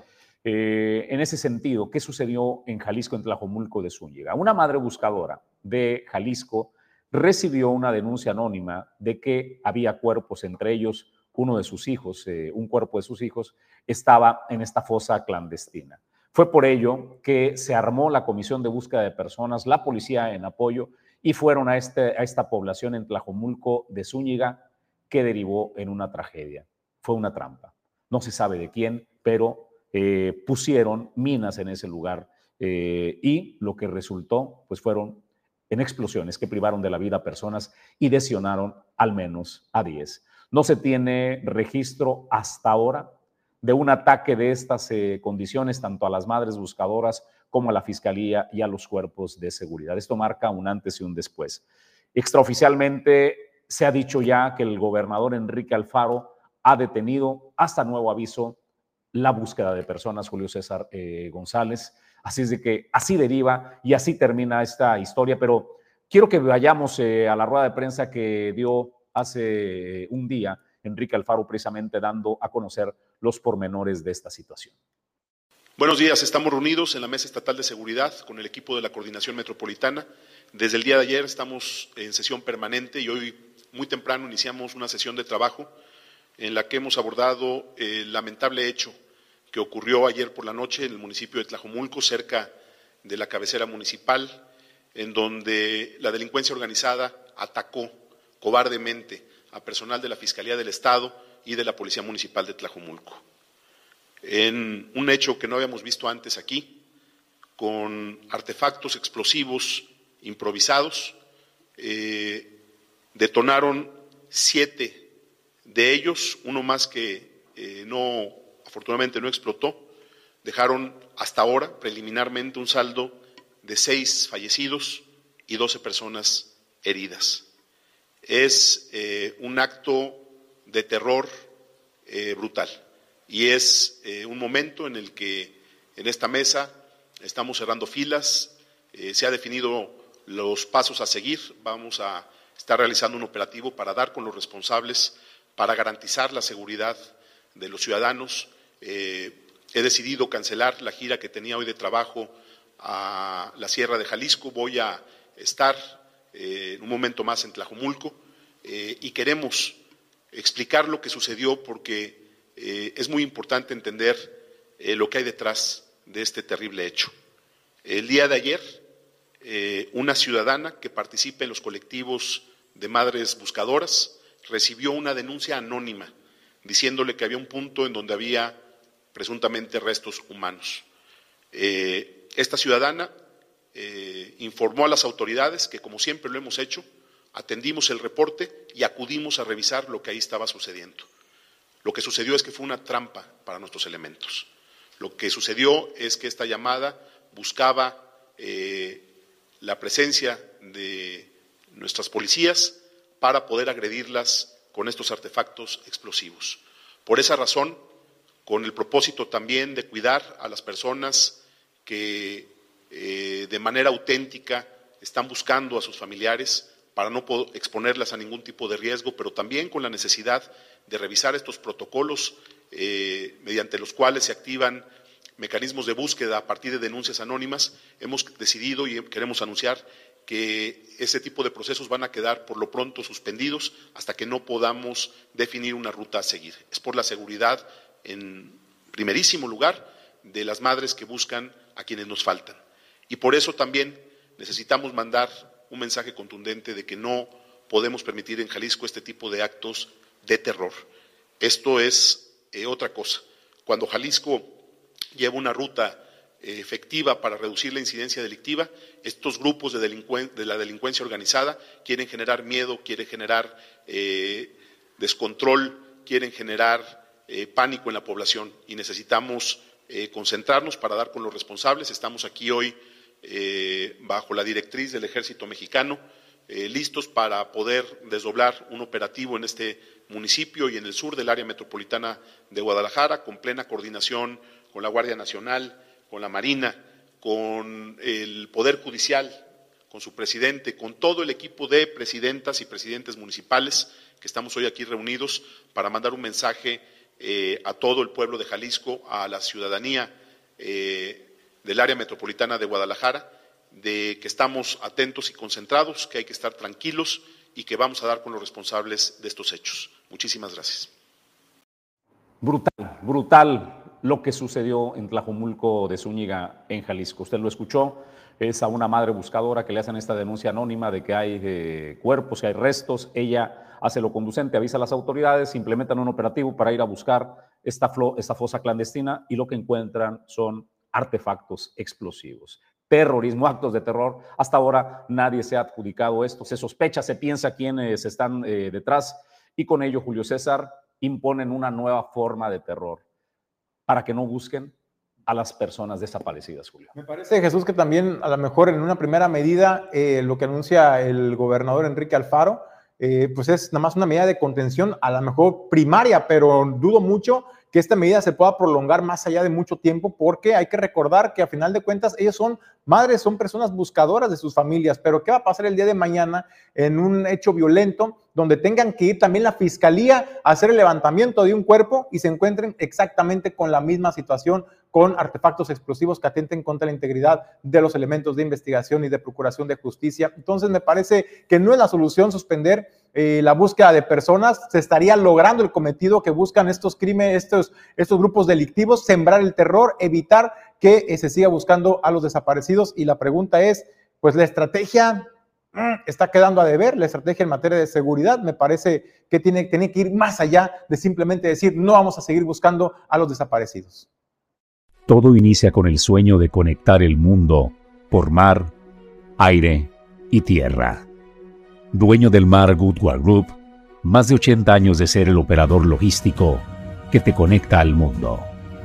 en ese sentido, ¿qué sucedió en Jalisco, en Tlajomulco de Zúñiga? Una madre buscadora de Jalisco recibió una denuncia anónima de que había cuerpos, entre ellos uno de sus hijos, un cuerpo de sus hijos, estaba en esta fosa clandestina. Fue por ello que se armó la Comisión de Búsqueda de Personas, la policía en apoyo, y fueron a esta población en Tlajomulco de Zúñiga, que derivó en una tragedia. Fue una trampa. No se sabe de quién, pero pusieron minas en ese lugar y lo que resultó pues fueron en explosiones que privaron de la vida a personas y lesionaron al menos a 10. No se tiene registro hasta ahora de un ataque de estas condiciones tanto a las madres buscadoras como a la Fiscalía y a los cuerpos de seguridad. Esto marca un antes y un después. Extraoficialmente se ha dicho ya que el gobernador Enrique Alfaro ha detenido hasta nuevo aviso la búsqueda de personas, Julio César González. Así es de que así deriva y así termina esta historia, pero quiero que vayamos a la rueda de prensa que dio hace un día Enrique Alfaro, precisamente dando a conocer los pormenores de esta situación. Buenos días, estamos reunidos en la Mesa Estatal de Seguridad con el equipo de la Coordinación Metropolitana. Desde el día de ayer estamos en sesión permanente y hoy muy temprano iniciamos una sesión de trabajo en la que hemos abordado el lamentable hecho que ocurrió ayer por la noche en el municipio de Tlajomulco, cerca de la cabecera municipal, en donde la delincuencia organizada atacó cobardemente a personal de la Fiscalía del Estado y de la Policía Municipal de Tlajomulco. En un hecho que no habíamos visto antes aquí, con artefactos explosivos improvisados, detonaron 7 de ellos, uno más que afortunadamente no explotó, dejaron hasta ahora preliminarmente un saldo de 6 fallecidos y 12 personas heridas. Es un acto de terror brutal. Y es un momento en el que en esta mesa estamos cerrando filas, se ha definido los pasos a seguir, vamos a estar realizando un operativo para dar con los responsables, para garantizar la seguridad de los ciudadanos. He decidido cancelar la gira que tenía hoy de trabajo a la Sierra de Jalisco, voy a estar en un momento más en Tlajomulco y queremos explicar lo que sucedió porque es muy importante entender lo que hay detrás de este terrible hecho. El día de ayer, una ciudadana que participa en los colectivos de madres buscadoras recibió una denuncia anónima diciéndole que había un punto en donde había presuntamente restos humanos. Esta ciudadana informó a las autoridades que, como siempre lo hemos hecho, atendimos el reporte y acudimos a revisar lo que ahí estaba sucediendo. Lo que sucedió es que fue una trampa para nuestros elementos. Lo que sucedió es que esta llamada buscaba la presencia de nuestras policías para poder agredirlas con estos artefactos explosivos. Por esa razón, con el propósito también de cuidar a las personas que de manera auténtica están buscando a sus familiares para no exponerlas a ningún tipo de riesgo, pero también con la necesidad de revisar estos protocolos mediante los cuales se activan mecanismos de búsqueda a partir de denuncias anónimas, hemos decidido y queremos anunciar que ese tipo de procesos van a quedar por lo pronto suspendidos hasta que no podamos definir una ruta a seguir. Es por la seguridad, en primerísimo lugar, de las madres que buscan a quienes nos faltan. Y por eso también necesitamos mandar un mensaje contundente de que no podemos permitir en Jalisco este tipo de actos de terror. Esto es otra cosa. Cuando Jalisco lleva una ruta efectiva para reducir la incidencia delictiva, estos grupos de la delincuencia organizada quieren generar miedo, quieren generar descontrol, quieren generar pánico en la población y necesitamos concentrarnos para dar con los responsables. Estamos aquí hoy bajo la directriz del Ejército Mexicano, listos para poder desdoblar un operativo en este municipio y en el sur del área metropolitana de Guadalajara, con plena coordinación con la Guardia Nacional, con la Marina, con el Poder Judicial, con su presidente, con todo el equipo de presidentas y presidentes municipales que estamos hoy aquí reunidos para mandar un mensaje a todo el pueblo de Jalisco, a la ciudadanía del área metropolitana de Guadalajara, de que estamos atentos y concentrados, que hay que estar tranquilos y que vamos a dar con los responsables de estos hechos. Muchísimas gracias. Brutal, brutal lo que sucedió en Tlajomulco de Zúñiga, en Jalisco. Usted lo escuchó, es a una madre buscadora que le hacen esta denuncia anónima de que hay cuerpos, que hay restos. Ella hace lo conducente, avisa a las autoridades, implementan un operativo para ir a buscar esta fosa clandestina y lo que encuentran son artefactos explosivos. Terrorismo, actos de terror. Hasta ahora nadie se ha adjudicado esto. Se sospecha, se piensa quiénes están detrás y con ello, Julio César, imponen una nueva forma de terror para que no busquen, a las personas desaparecidas, Julio. Me parece, Jesús, que también a lo mejor en una primera medida lo que anuncia el gobernador Enrique Alfaro, pues es nada más una medida de contención, a lo mejor primaria, pero dudo mucho que esta medida se pueda prolongar más allá de mucho tiempo, porque hay que recordar que a final de cuentas ellos son madres, son personas buscadoras de sus familias, pero ¿qué va a pasar el día de mañana en un hecho violento donde tengan que ir también la fiscalía a hacer el levantamiento de un cuerpo y se encuentren exactamente con la misma situación, con artefactos explosivos que atenten contra la integridad de los elementos de investigación y de procuración de justicia? Entonces me parece que no es la solución suspender la búsqueda de personas. Se estaría logrando el cometido que buscan estos crímenes, estos grupos delictivos, sembrar el terror, evitar que se siga buscando a los desaparecidos. Y la pregunta es, pues la estrategia está quedando a deber, la estrategia en materia de seguridad me parece que tiene que ir más allá de simplemente decir no vamos a seguir buscando a los desaparecidos. Todo inicia con el sueño de conectar el mundo por mar, aire y tierra. Dueño del mar Goodward Group, más de 80 años de ser el operador logístico que te conecta al mundo.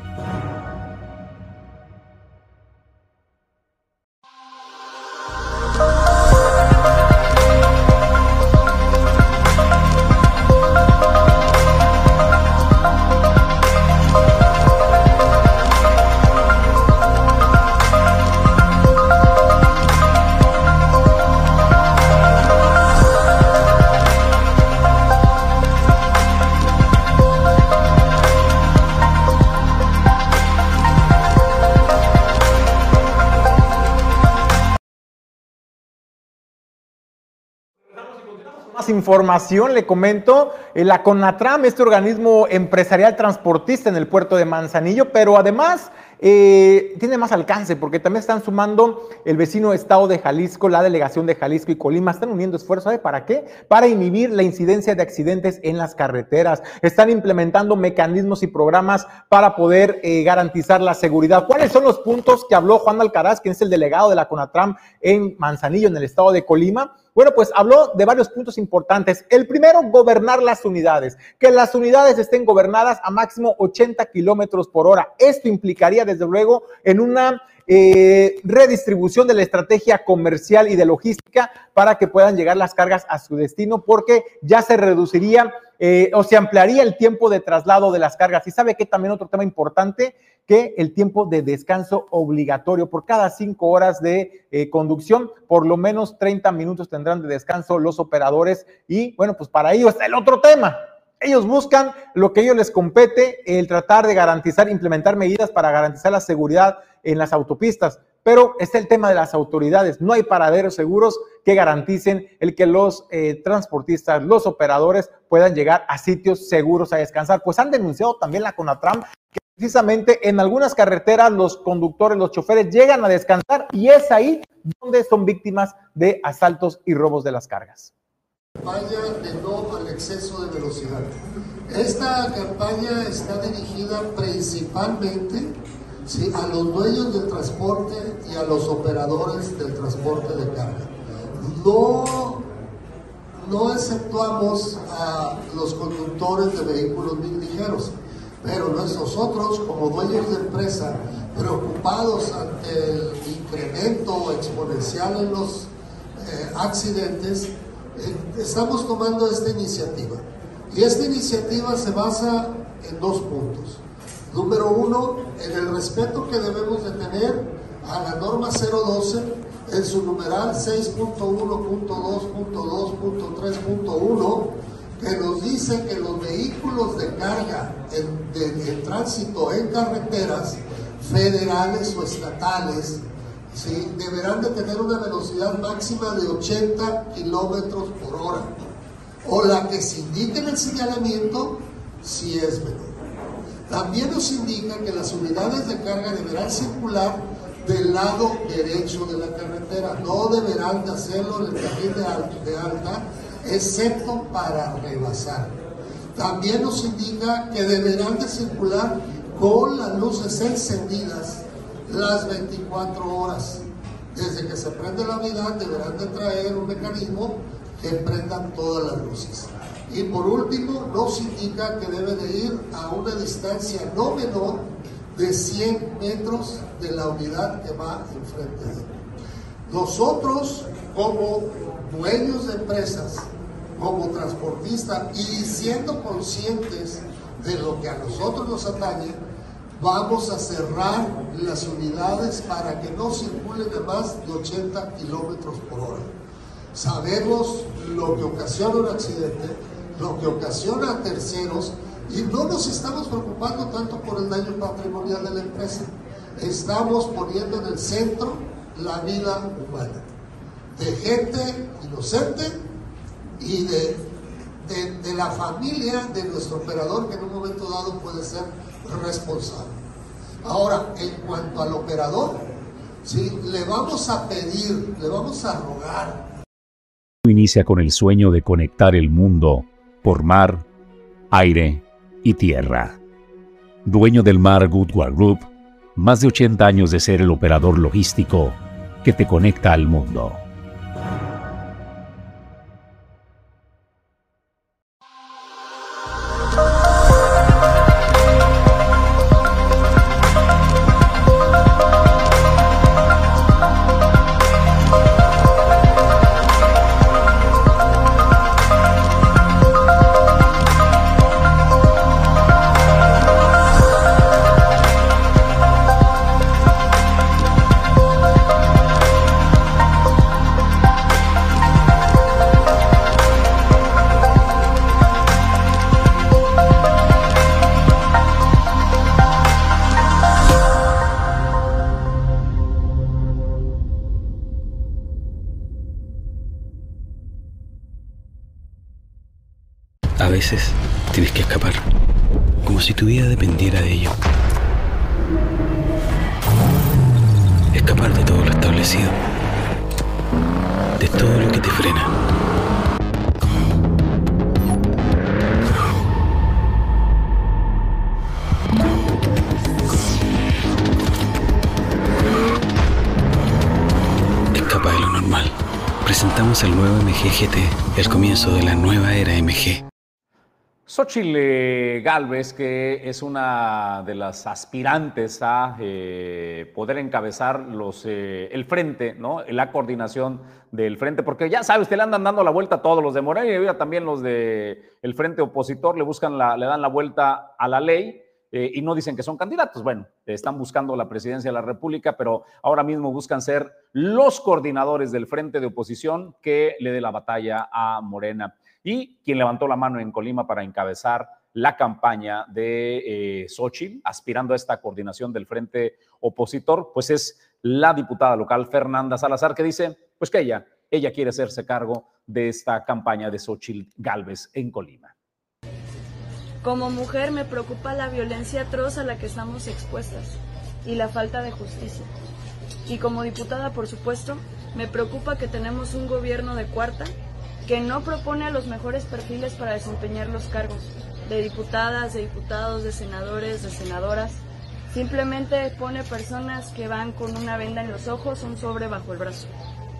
Más información, le comento, la CONATRAM, este organismo empresarial transportista en el puerto de Manzanillo, pero además tiene más alcance porque también están sumando el vecino estado de Jalisco, la delegación de Jalisco y Colima, están uniendo esfuerzos, ¿sabe para qué? Para inhibir la incidencia de accidentes en las carreteras, están implementando mecanismos y programas para poder garantizar la seguridad. ¿Cuáles son los puntos que habló Juan Alcaraz, quien es el delegado de la CONATRAM en Manzanillo, en el estado de Colima? Bueno, pues habló de varios puntos importantes. El primero, gobernar las unidades, que las unidades estén gobernadas a máximo 80 kilómetros por hora. Esto implicaría, desde luego, en una redistribución de la estrategia comercial y de logística para que puedan llegar las cargas a su destino, porque ya se reduciría o se ampliaría el tiempo de traslado de las cargas. Y sabe que también otro tema importante, que el tiempo de descanso obligatorio. Por cada 5 horas de conducción, por lo menos 30 minutos tendrán de descanso los operadores. Y bueno, pues para ello está el otro tema. Ellos buscan lo que a ellos les compete, el tratar de garantizar, implementar medidas para garantizar la seguridad en las autopistas. Pero está el tema de las autoridades. No hay paraderos seguros que garanticen el que los transportistas, los operadores puedan llegar a sitios seguros a descansar. Pues han denunciado también la CONATRAM que precisamente en algunas carreteras los conductores, los choferes llegan a descansar y es ahí donde son víctimas de asaltos y robos de las cargas. Campaña de no al exceso de velocidad. Esta campaña está dirigida principalmente a los dueños del transporte y a los operadores del transporte de carga. No exceptuamos a los conductores de vehículos ligeros, pero nosotros como dueños de empresa, preocupados ante el incremento exponencial en los accidentes, estamos tomando esta iniciativa. Y esta iniciativa se basa en 2 puntos. Número 1, en el respeto que debemos de tener a la norma 012 en su numeral 6.1.2.2.3.1, que nos dice que los vehículos de carga en tránsito en carreteras federales o estatales, ¿sí?, deberán de tener una velocidad máxima de 80 kilómetros por hora, o la que se indique en el señalamiento si es menor. También nos indica que las unidades de carga deberán circular del lado derecho de la carretera, no deberán de hacerlo en el carril de alta, excepto para rebasar. También nos indica que deberán de circular con las luces encendidas las 24 horas. Desde que se prende la unidad deberán de traer un mecanismo que prendan todas las luces. Y por último, nos indica que debe de ir a una distancia no menor de 100 metros de la unidad que va enfrente de él. Nosotros, como dueños de empresas, como transportistas y siendo conscientes de lo que a nosotros nos atañe, vamos a cerrar las unidades para que no circulen de más de 80 kilómetros por hora. Sabemos lo que ocasiona un accidente, lo que ocasiona a terceros, y no nos estamos preocupando tanto por el daño patrimonial de la empresa. Estamos poniendo en el centro la vida humana, de gente inocente y de la familia de nuestro operador, que en un momento dado puede ser responsable. Ahora, en cuanto al operador, ¿sí?, le vamos a pedir, le vamos a rogar. Inicia con el sueño de conectar el mundo por mar, aire y tierra. Dueño del mar Goodward Group, más de 80 años de ser el operador logístico que te conecta al mundo. A veces tienes que escapar, como si tu vida dependiera de ello. Escapar de todo lo establecido, de todo lo que te frena. Escapa de lo normal. Presentamos el nuevo MG GT, el comienzo de la nueva era MG. Xóchitl Gálvez, que es una de las aspirantes a poder encabezar el frente, ¿no?, la coordinación del frente, porque ya sabe, usted le andan dando la vuelta a todos los de Morena y ahora también los del frente opositor le dan la vuelta a la ley y no dicen que son candidatos. Bueno, están buscando la presidencia de la República, pero ahora mismo buscan ser los coordinadores del frente de oposición que le dé la batalla a Morena. Y quien levantó la mano en Colima para encabezar la campaña de Xóchitl, aspirando a esta coordinación del frente opositor, pues es la diputada local Fernanda Salazar, que dice pues que ella quiere hacerse cargo de esta campaña de Xóchitl Gálvez en Colima. Como mujer me preocupa la violencia atroz a la que estamos expuestas y la falta de justicia. Y como diputada, por supuesto, me preocupa que tenemos un gobierno de cuarta que no propone a los mejores perfiles para desempeñar los cargos de diputadas, de diputados, de senadores, de senadoras. Simplemente pone personas que van con una venda en los ojos, un sobre bajo el brazo.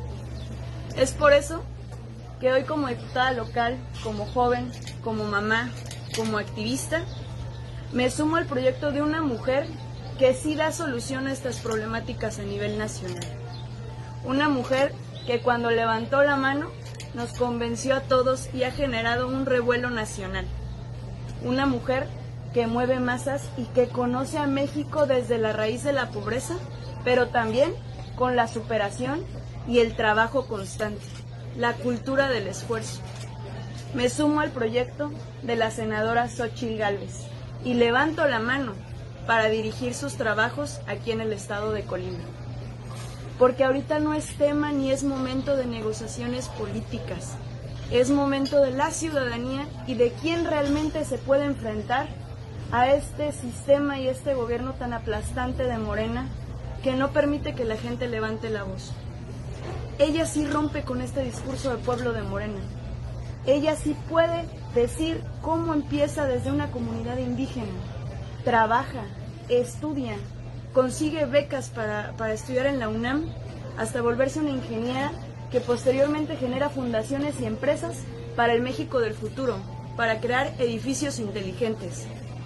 Es por eso que hoy, como diputada local, como joven, como mamá, como activista, me sumo al proyecto de una mujer que sí da solución a estas problemáticas a nivel nacional. Una mujer que cuando levantó la mano nos convenció a todos y ha generado un revuelo nacional. Una mujer que mueve masas y que conoce a México desde la raíz de la pobreza, pero también con la superación y el trabajo constante, la cultura del esfuerzo. Me sumo al proyecto de la senadora Xóchitl Gálvez y levanto la mano para dirigir sus trabajos aquí en el estado de Colima. Porque ahorita no es tema ni es momento de negociaciones políticas, es momento de la ciudadanía y de quién realmente se puede enfrentar a este sistema y este gobierno tan aplastante de Morena que no permite que la gente levante la voz. Ella sí rompe con este discurso de pueblo de Morena. Ella sí puede decir cómo empieza desde una comunidad indígena, trabaja, estudia, consigue becas para estudiar en la UNAM, hasta volverse una ingeniera que posteriormente genera fundaciones y empresas para el México del futuro, para crear edificios inteligentes.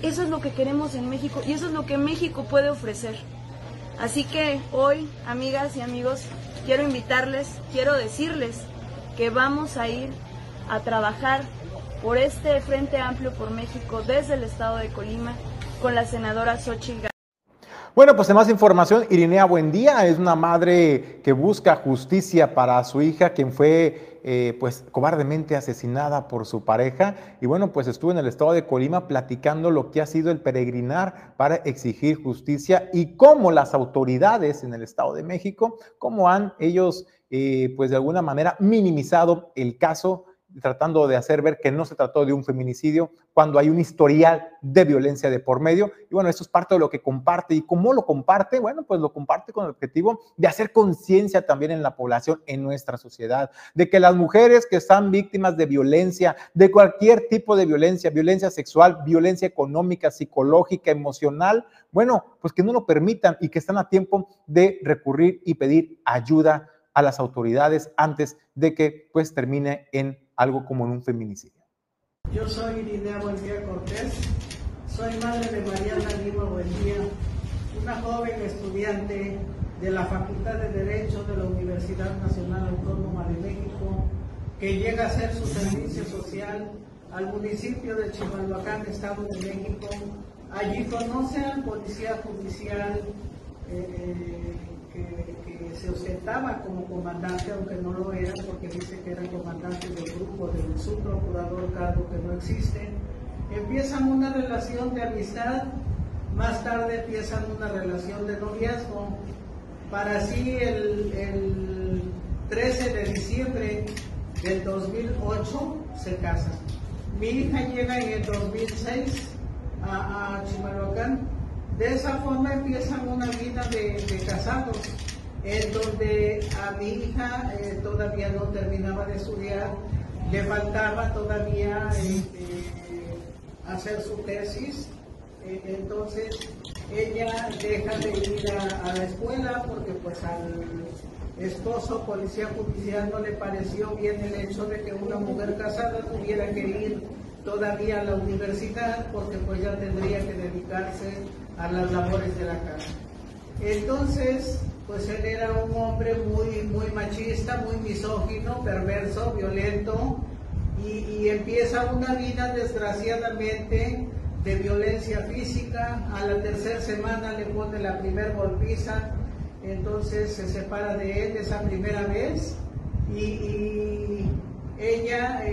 Eso es lo que queremos en México y eso es lo que México puede ofrecer. Así que hoy, amigas y amigos, quiero invitarles, quiero decirles que vamos a ir a trabajar por este Frente Amplio por México desde el estado de Colima con la senadora Xóchitl Gálvez. Bueno, pues en más información, Irinea Buendía es una madre que busca justicia para su hija, quien fue pues cobardemente asesinada por su pareja. Y bueno, pues estuvo en el estado de Colima platicando lo que ha sido el peregrinar para exigir justicia y cómo las autoridades en el estado de México, cómo han ellos pues de alguna manera minimizado el caso, tratando de hacer ver que no se trató de un feminicidio cuando hay un historial de violencia de por medio. Y bueno, esto es parte de lo que comparte. ¿Y cómo lo comparte? Bueno, pues lo comparte con el objetivo de hacer conciencia también en la población, en nuestra sociedad, de que las mujeres que están víctimas de violencia, de cualquier tipo de violencia, violencia sexual, violencia económica, psicológica, emocional, bueno, pues que no lo permitan y que están a tiempo de recurrir y pedir ayuda a las autoridades antes de que pues termine en algo como en un feminicidio. Yo soy Irinea Buendía Cortés, soy madre de Mariana Lima Buendía, una joven estudiante de la Facultad de Derecho de la Universidad Nacional Autónoma de México, que llega a hacer su servicio social al municipio de Chimalhuacán, Estado de México. Allí conoce al policía judicial que se ostentaba como comandante, aunque no lo era, porque dice que era comandante del grupo del subprocurador, cargo que no existe. Empiezan una relación de amistad, más tarde empiezan una relación de noviazgo, para así el 13 de diciembre del 2008 se casan. Mi hija llega en el 2006 a Chimalhuacán. De esa forma empiezan una vida de casados, en donde a mi hija todavía no terminaba de estudiar, le faltaba todavía hacer su tesis. Entonces ella deja de ir a la escuela porque pues al esposo policía judicial no le pareció bien el hecho de que una mujer casada tuviera que ir todavía a la universidad, porque pues ya tendría que dedicarse a las labores de la casa. Entonces, pues él era un hombre muy machista, muy misógino, perverso, violento, y empieza una vida desgraciadamente de violencia física. A la tercera semana le pone la primer golpiza, entonces se separa de él esa primera vez, y ella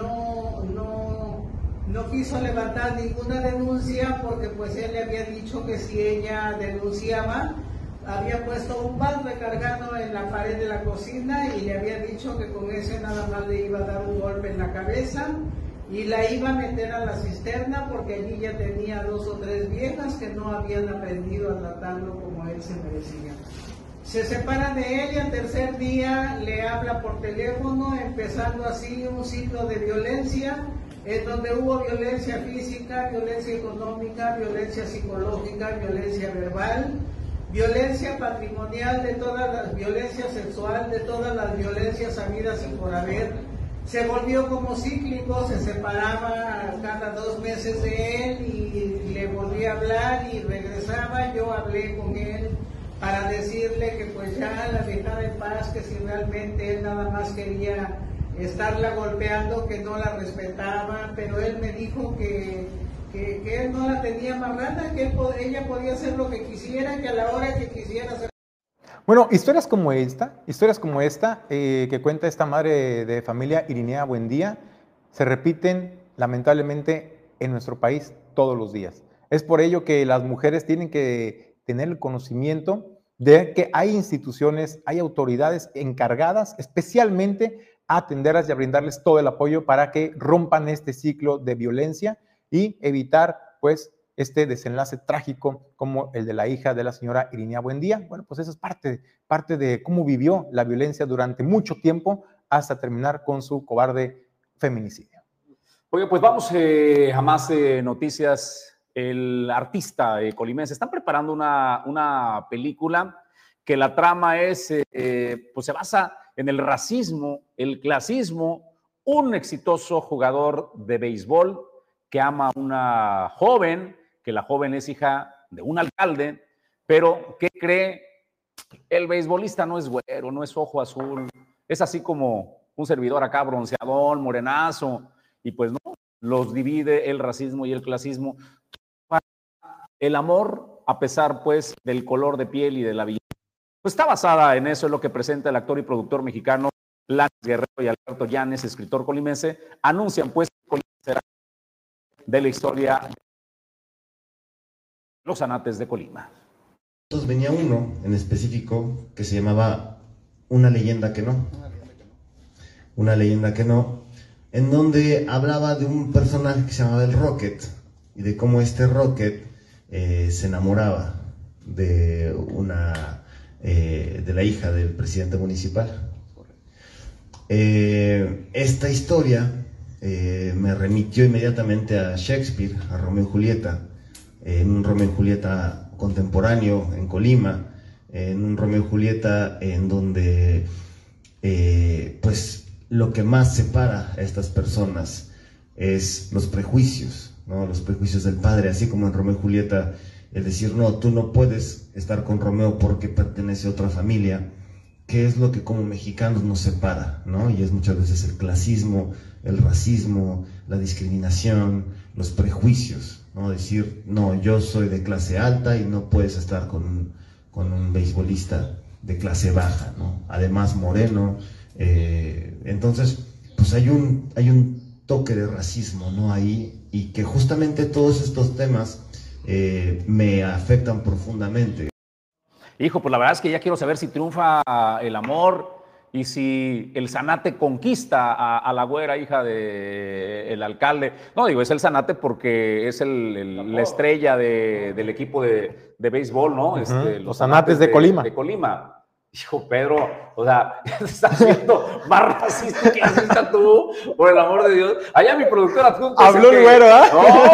no quiso levantar ninguna denuncia, porque pues él le había dicho que si ella denunciaba, había puesto un pan recargado en la pared de la cocina y le había dicho que con ese nada más le iba a dar un golpe en la cabeza y la iba a meter a la cisterna, porque allí ya tenía 2 o 3 viejas que no habían aprendido a tratarlo como él se merecía. Se separa de él y al tercer día le habla por teléfono, empezando así un ciclo de violencia, en donde hubo violencia física, violencia económica, violencia psicológica, violencia verbal, violencia patrimonial, de todas las violencias sexual, de todas las violencias habidas y por haber. Se volvió como cíclico, se separaba cada 2 meses de él y le volvía a hablar y regresaba. Yo hablé con él para decirle que pues ya la dejara en paz, que si realmente él nada más quería estarla golpeando, que no la respetaba, pero él me dijo que él no la tenía amarrada, que ella podía hacer lo que quisiera, que a la hora que quisiera hacer. Bueno, historias como esta que cuenta esta madre de familia, Irinea Buendía, se repiten lamentablemente en nuestro país todos los días. Es por ello que las mujeres tienen que tener el conocimiento de que hay instituciones, hay autoridades encargadas especialmente a atenderlas y a brindarles todo el apoyo para que rompan este ciclo de violencia y evitar pues este desenlace trágico como el de la hija de la señora Irinea Buendía. Bueno, pues eso es parte de cómo vivió la violencia durante mucho tiempo hasta terminar con su cobarde feminicidio. Oye, pues vamos a más noticias. El artista colimense están preparando una película que la trama es, pues se basa en el racismo, el clasismo. Un exitoso jugador de béisbol que ama a una joven que la joven es hija de un alcalde, pero ¿qué cree? El beisbolista no es güero, no es ojo azul, es así como un servidor acá bronceadón, morenazo, y pues no, los divide el racismo y el clasismo. El amor, a pesar pues del color de piel y de la vida, pues está basada en eso, es lo que presenta el actor y productor mexicano Lance Guerrero y Alberto Llanes, escritor colimense, anuncian pues que Colima será de la historia de los Zanates de Colima. Entonces venía uno en específico que se llamaba Una leyenda que no. Una leyenda que no, en donde hablaba de un personaje que se llamaba el Rocket y de cómo este Rocket se enamoraba de de la hija del presidente municipal. Esta historia me remitió inmediatamente a Shakespeare, a Romeo y Julieta, en un Romeo y Julieta contemporáneo en Colima, en un Romeo y Julieta en donde pues lo que más separa a estas personas es los prejuicios, ¿no? Los prejuicios del padre, así como en Romeo y Julieta el decir no, tú no puedes estar con Romeo porque pertenece a otra familia. ¿Qué es lo que como mexicanos nos separa, ¿no? Y es muchas veces el clasismo, el racismo, la discriminación, los prejuicios, ¿no? Decir, no, yo soy de clase alta y no puedes estar con un beisbolista de clase baja, ¿no? Además moreno. Entonces, pues hay un toque de racismo, ¿no? Ahí, y que justamente todos estos temas me afectan profundamente. Hijo, pues la verdad es que ya quiero saber si triunfa el amor y si el Zanate conquista a la güera hija del alcalde. No, digo, es el Zanate porque es la estrella del equipo de béisbol, ¿no? Los Zanates de Colima. De Colima. Hijo, Pedro, o sea, estás siendo más racista que clasista tú, por el amor de Dios. Allá mi productor adjunto. Habló el güero, ¿ah?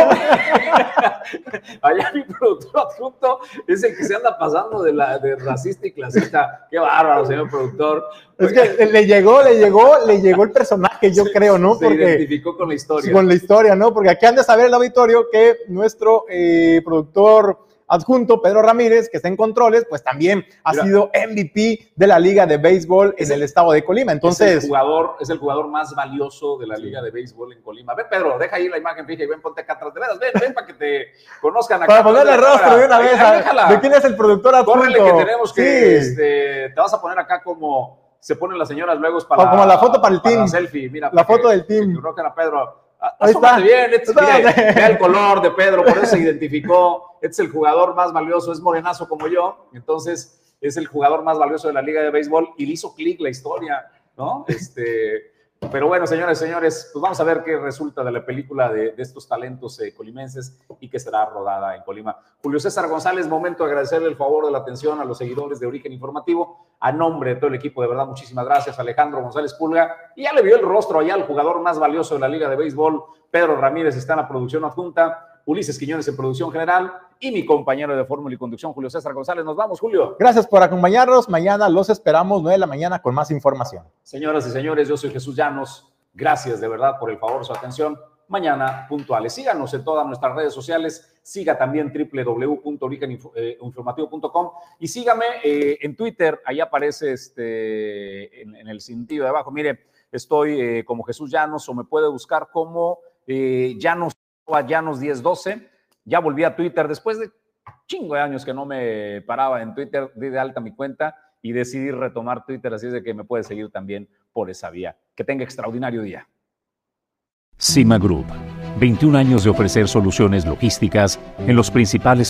No, allá mi productor adjunto es el que se anda pasando de racista y clasista. Qué bárbaro, señor productor. Es que le llegó el personaje, yo creo, ¿no? Se identificó con la historia. Con la historia, ¿no? Porque aquí han de saber el auditorio que nuestro productor adjunto, Pedro Ramírez, que está en controles, pues también ha sido MVP de la Liga de Béisbol en el estado de Colima. Entonces, es el jugador más valioso de la Liga de Béisbol en Colima. Ven, Pedro, deja ahí la imagen fija y ven, ponte acá atrás. De veras, ven para que te conozcan acá. Para ponerle rostro de una vez. ¿De quién es el productor adjunto? Córrele que tenemos que, te vas a poner acá como se ponen las señoras luego para como la foto para el team. La selfie, mira. La foto del team. Que a Pedro. Ahí está. Bien, mira el color de Pedro, por eso se identificó. Este es el jugador más valioso, es morenazo como yo, entonces es el jugador más valioso de la Liga de Béisbol y le hizo clic la historia, ¿no? Pero bueno, señores, pues vamos a ver qué resulta de la película de estos talentos colimenses y que será rodada en Colima. Julio César González, momento de agradecerle el favor de la atención a los seguidores de Origen Informativo. A nombre de todo el equipo, de verdad, muchísimas gracias. Alejandro González Pulga, y ya le vio el rostro allá al jugador más valioso de la Liga de Béisbol. Pedro Ramírez está en la producción adjunta, Ulises Quiñones en producción general y mi compañero de fórmula y conducción, Julio César González. Nos vamos, Julio. Gracias por acompañarnos. Mañana los esperamos 9 de la mañana con más información. Señoras y señores, yo soy Jesús Llanos. Gracias de verdad por el favor de su atención. Mañana puntuales. Síganos en todas nuestras redes sociales. Siga también www.origeninformativo.com y sígame en Twitter. Ahí aparece en el cintillo de abajo. Mire, estoy como Jesús Llanos o me puede buscar como Llanos 1012. Ya volví a Twitter después de chingo de años que no me paraba en Twitter. Di de alta mi cuenta y decidí retomar Twitter, así es de que me puede seguir también por esa vía. Que tenga extraordinario día. Cima Group, 21 años de ofrecer soluciones logísticas en los principales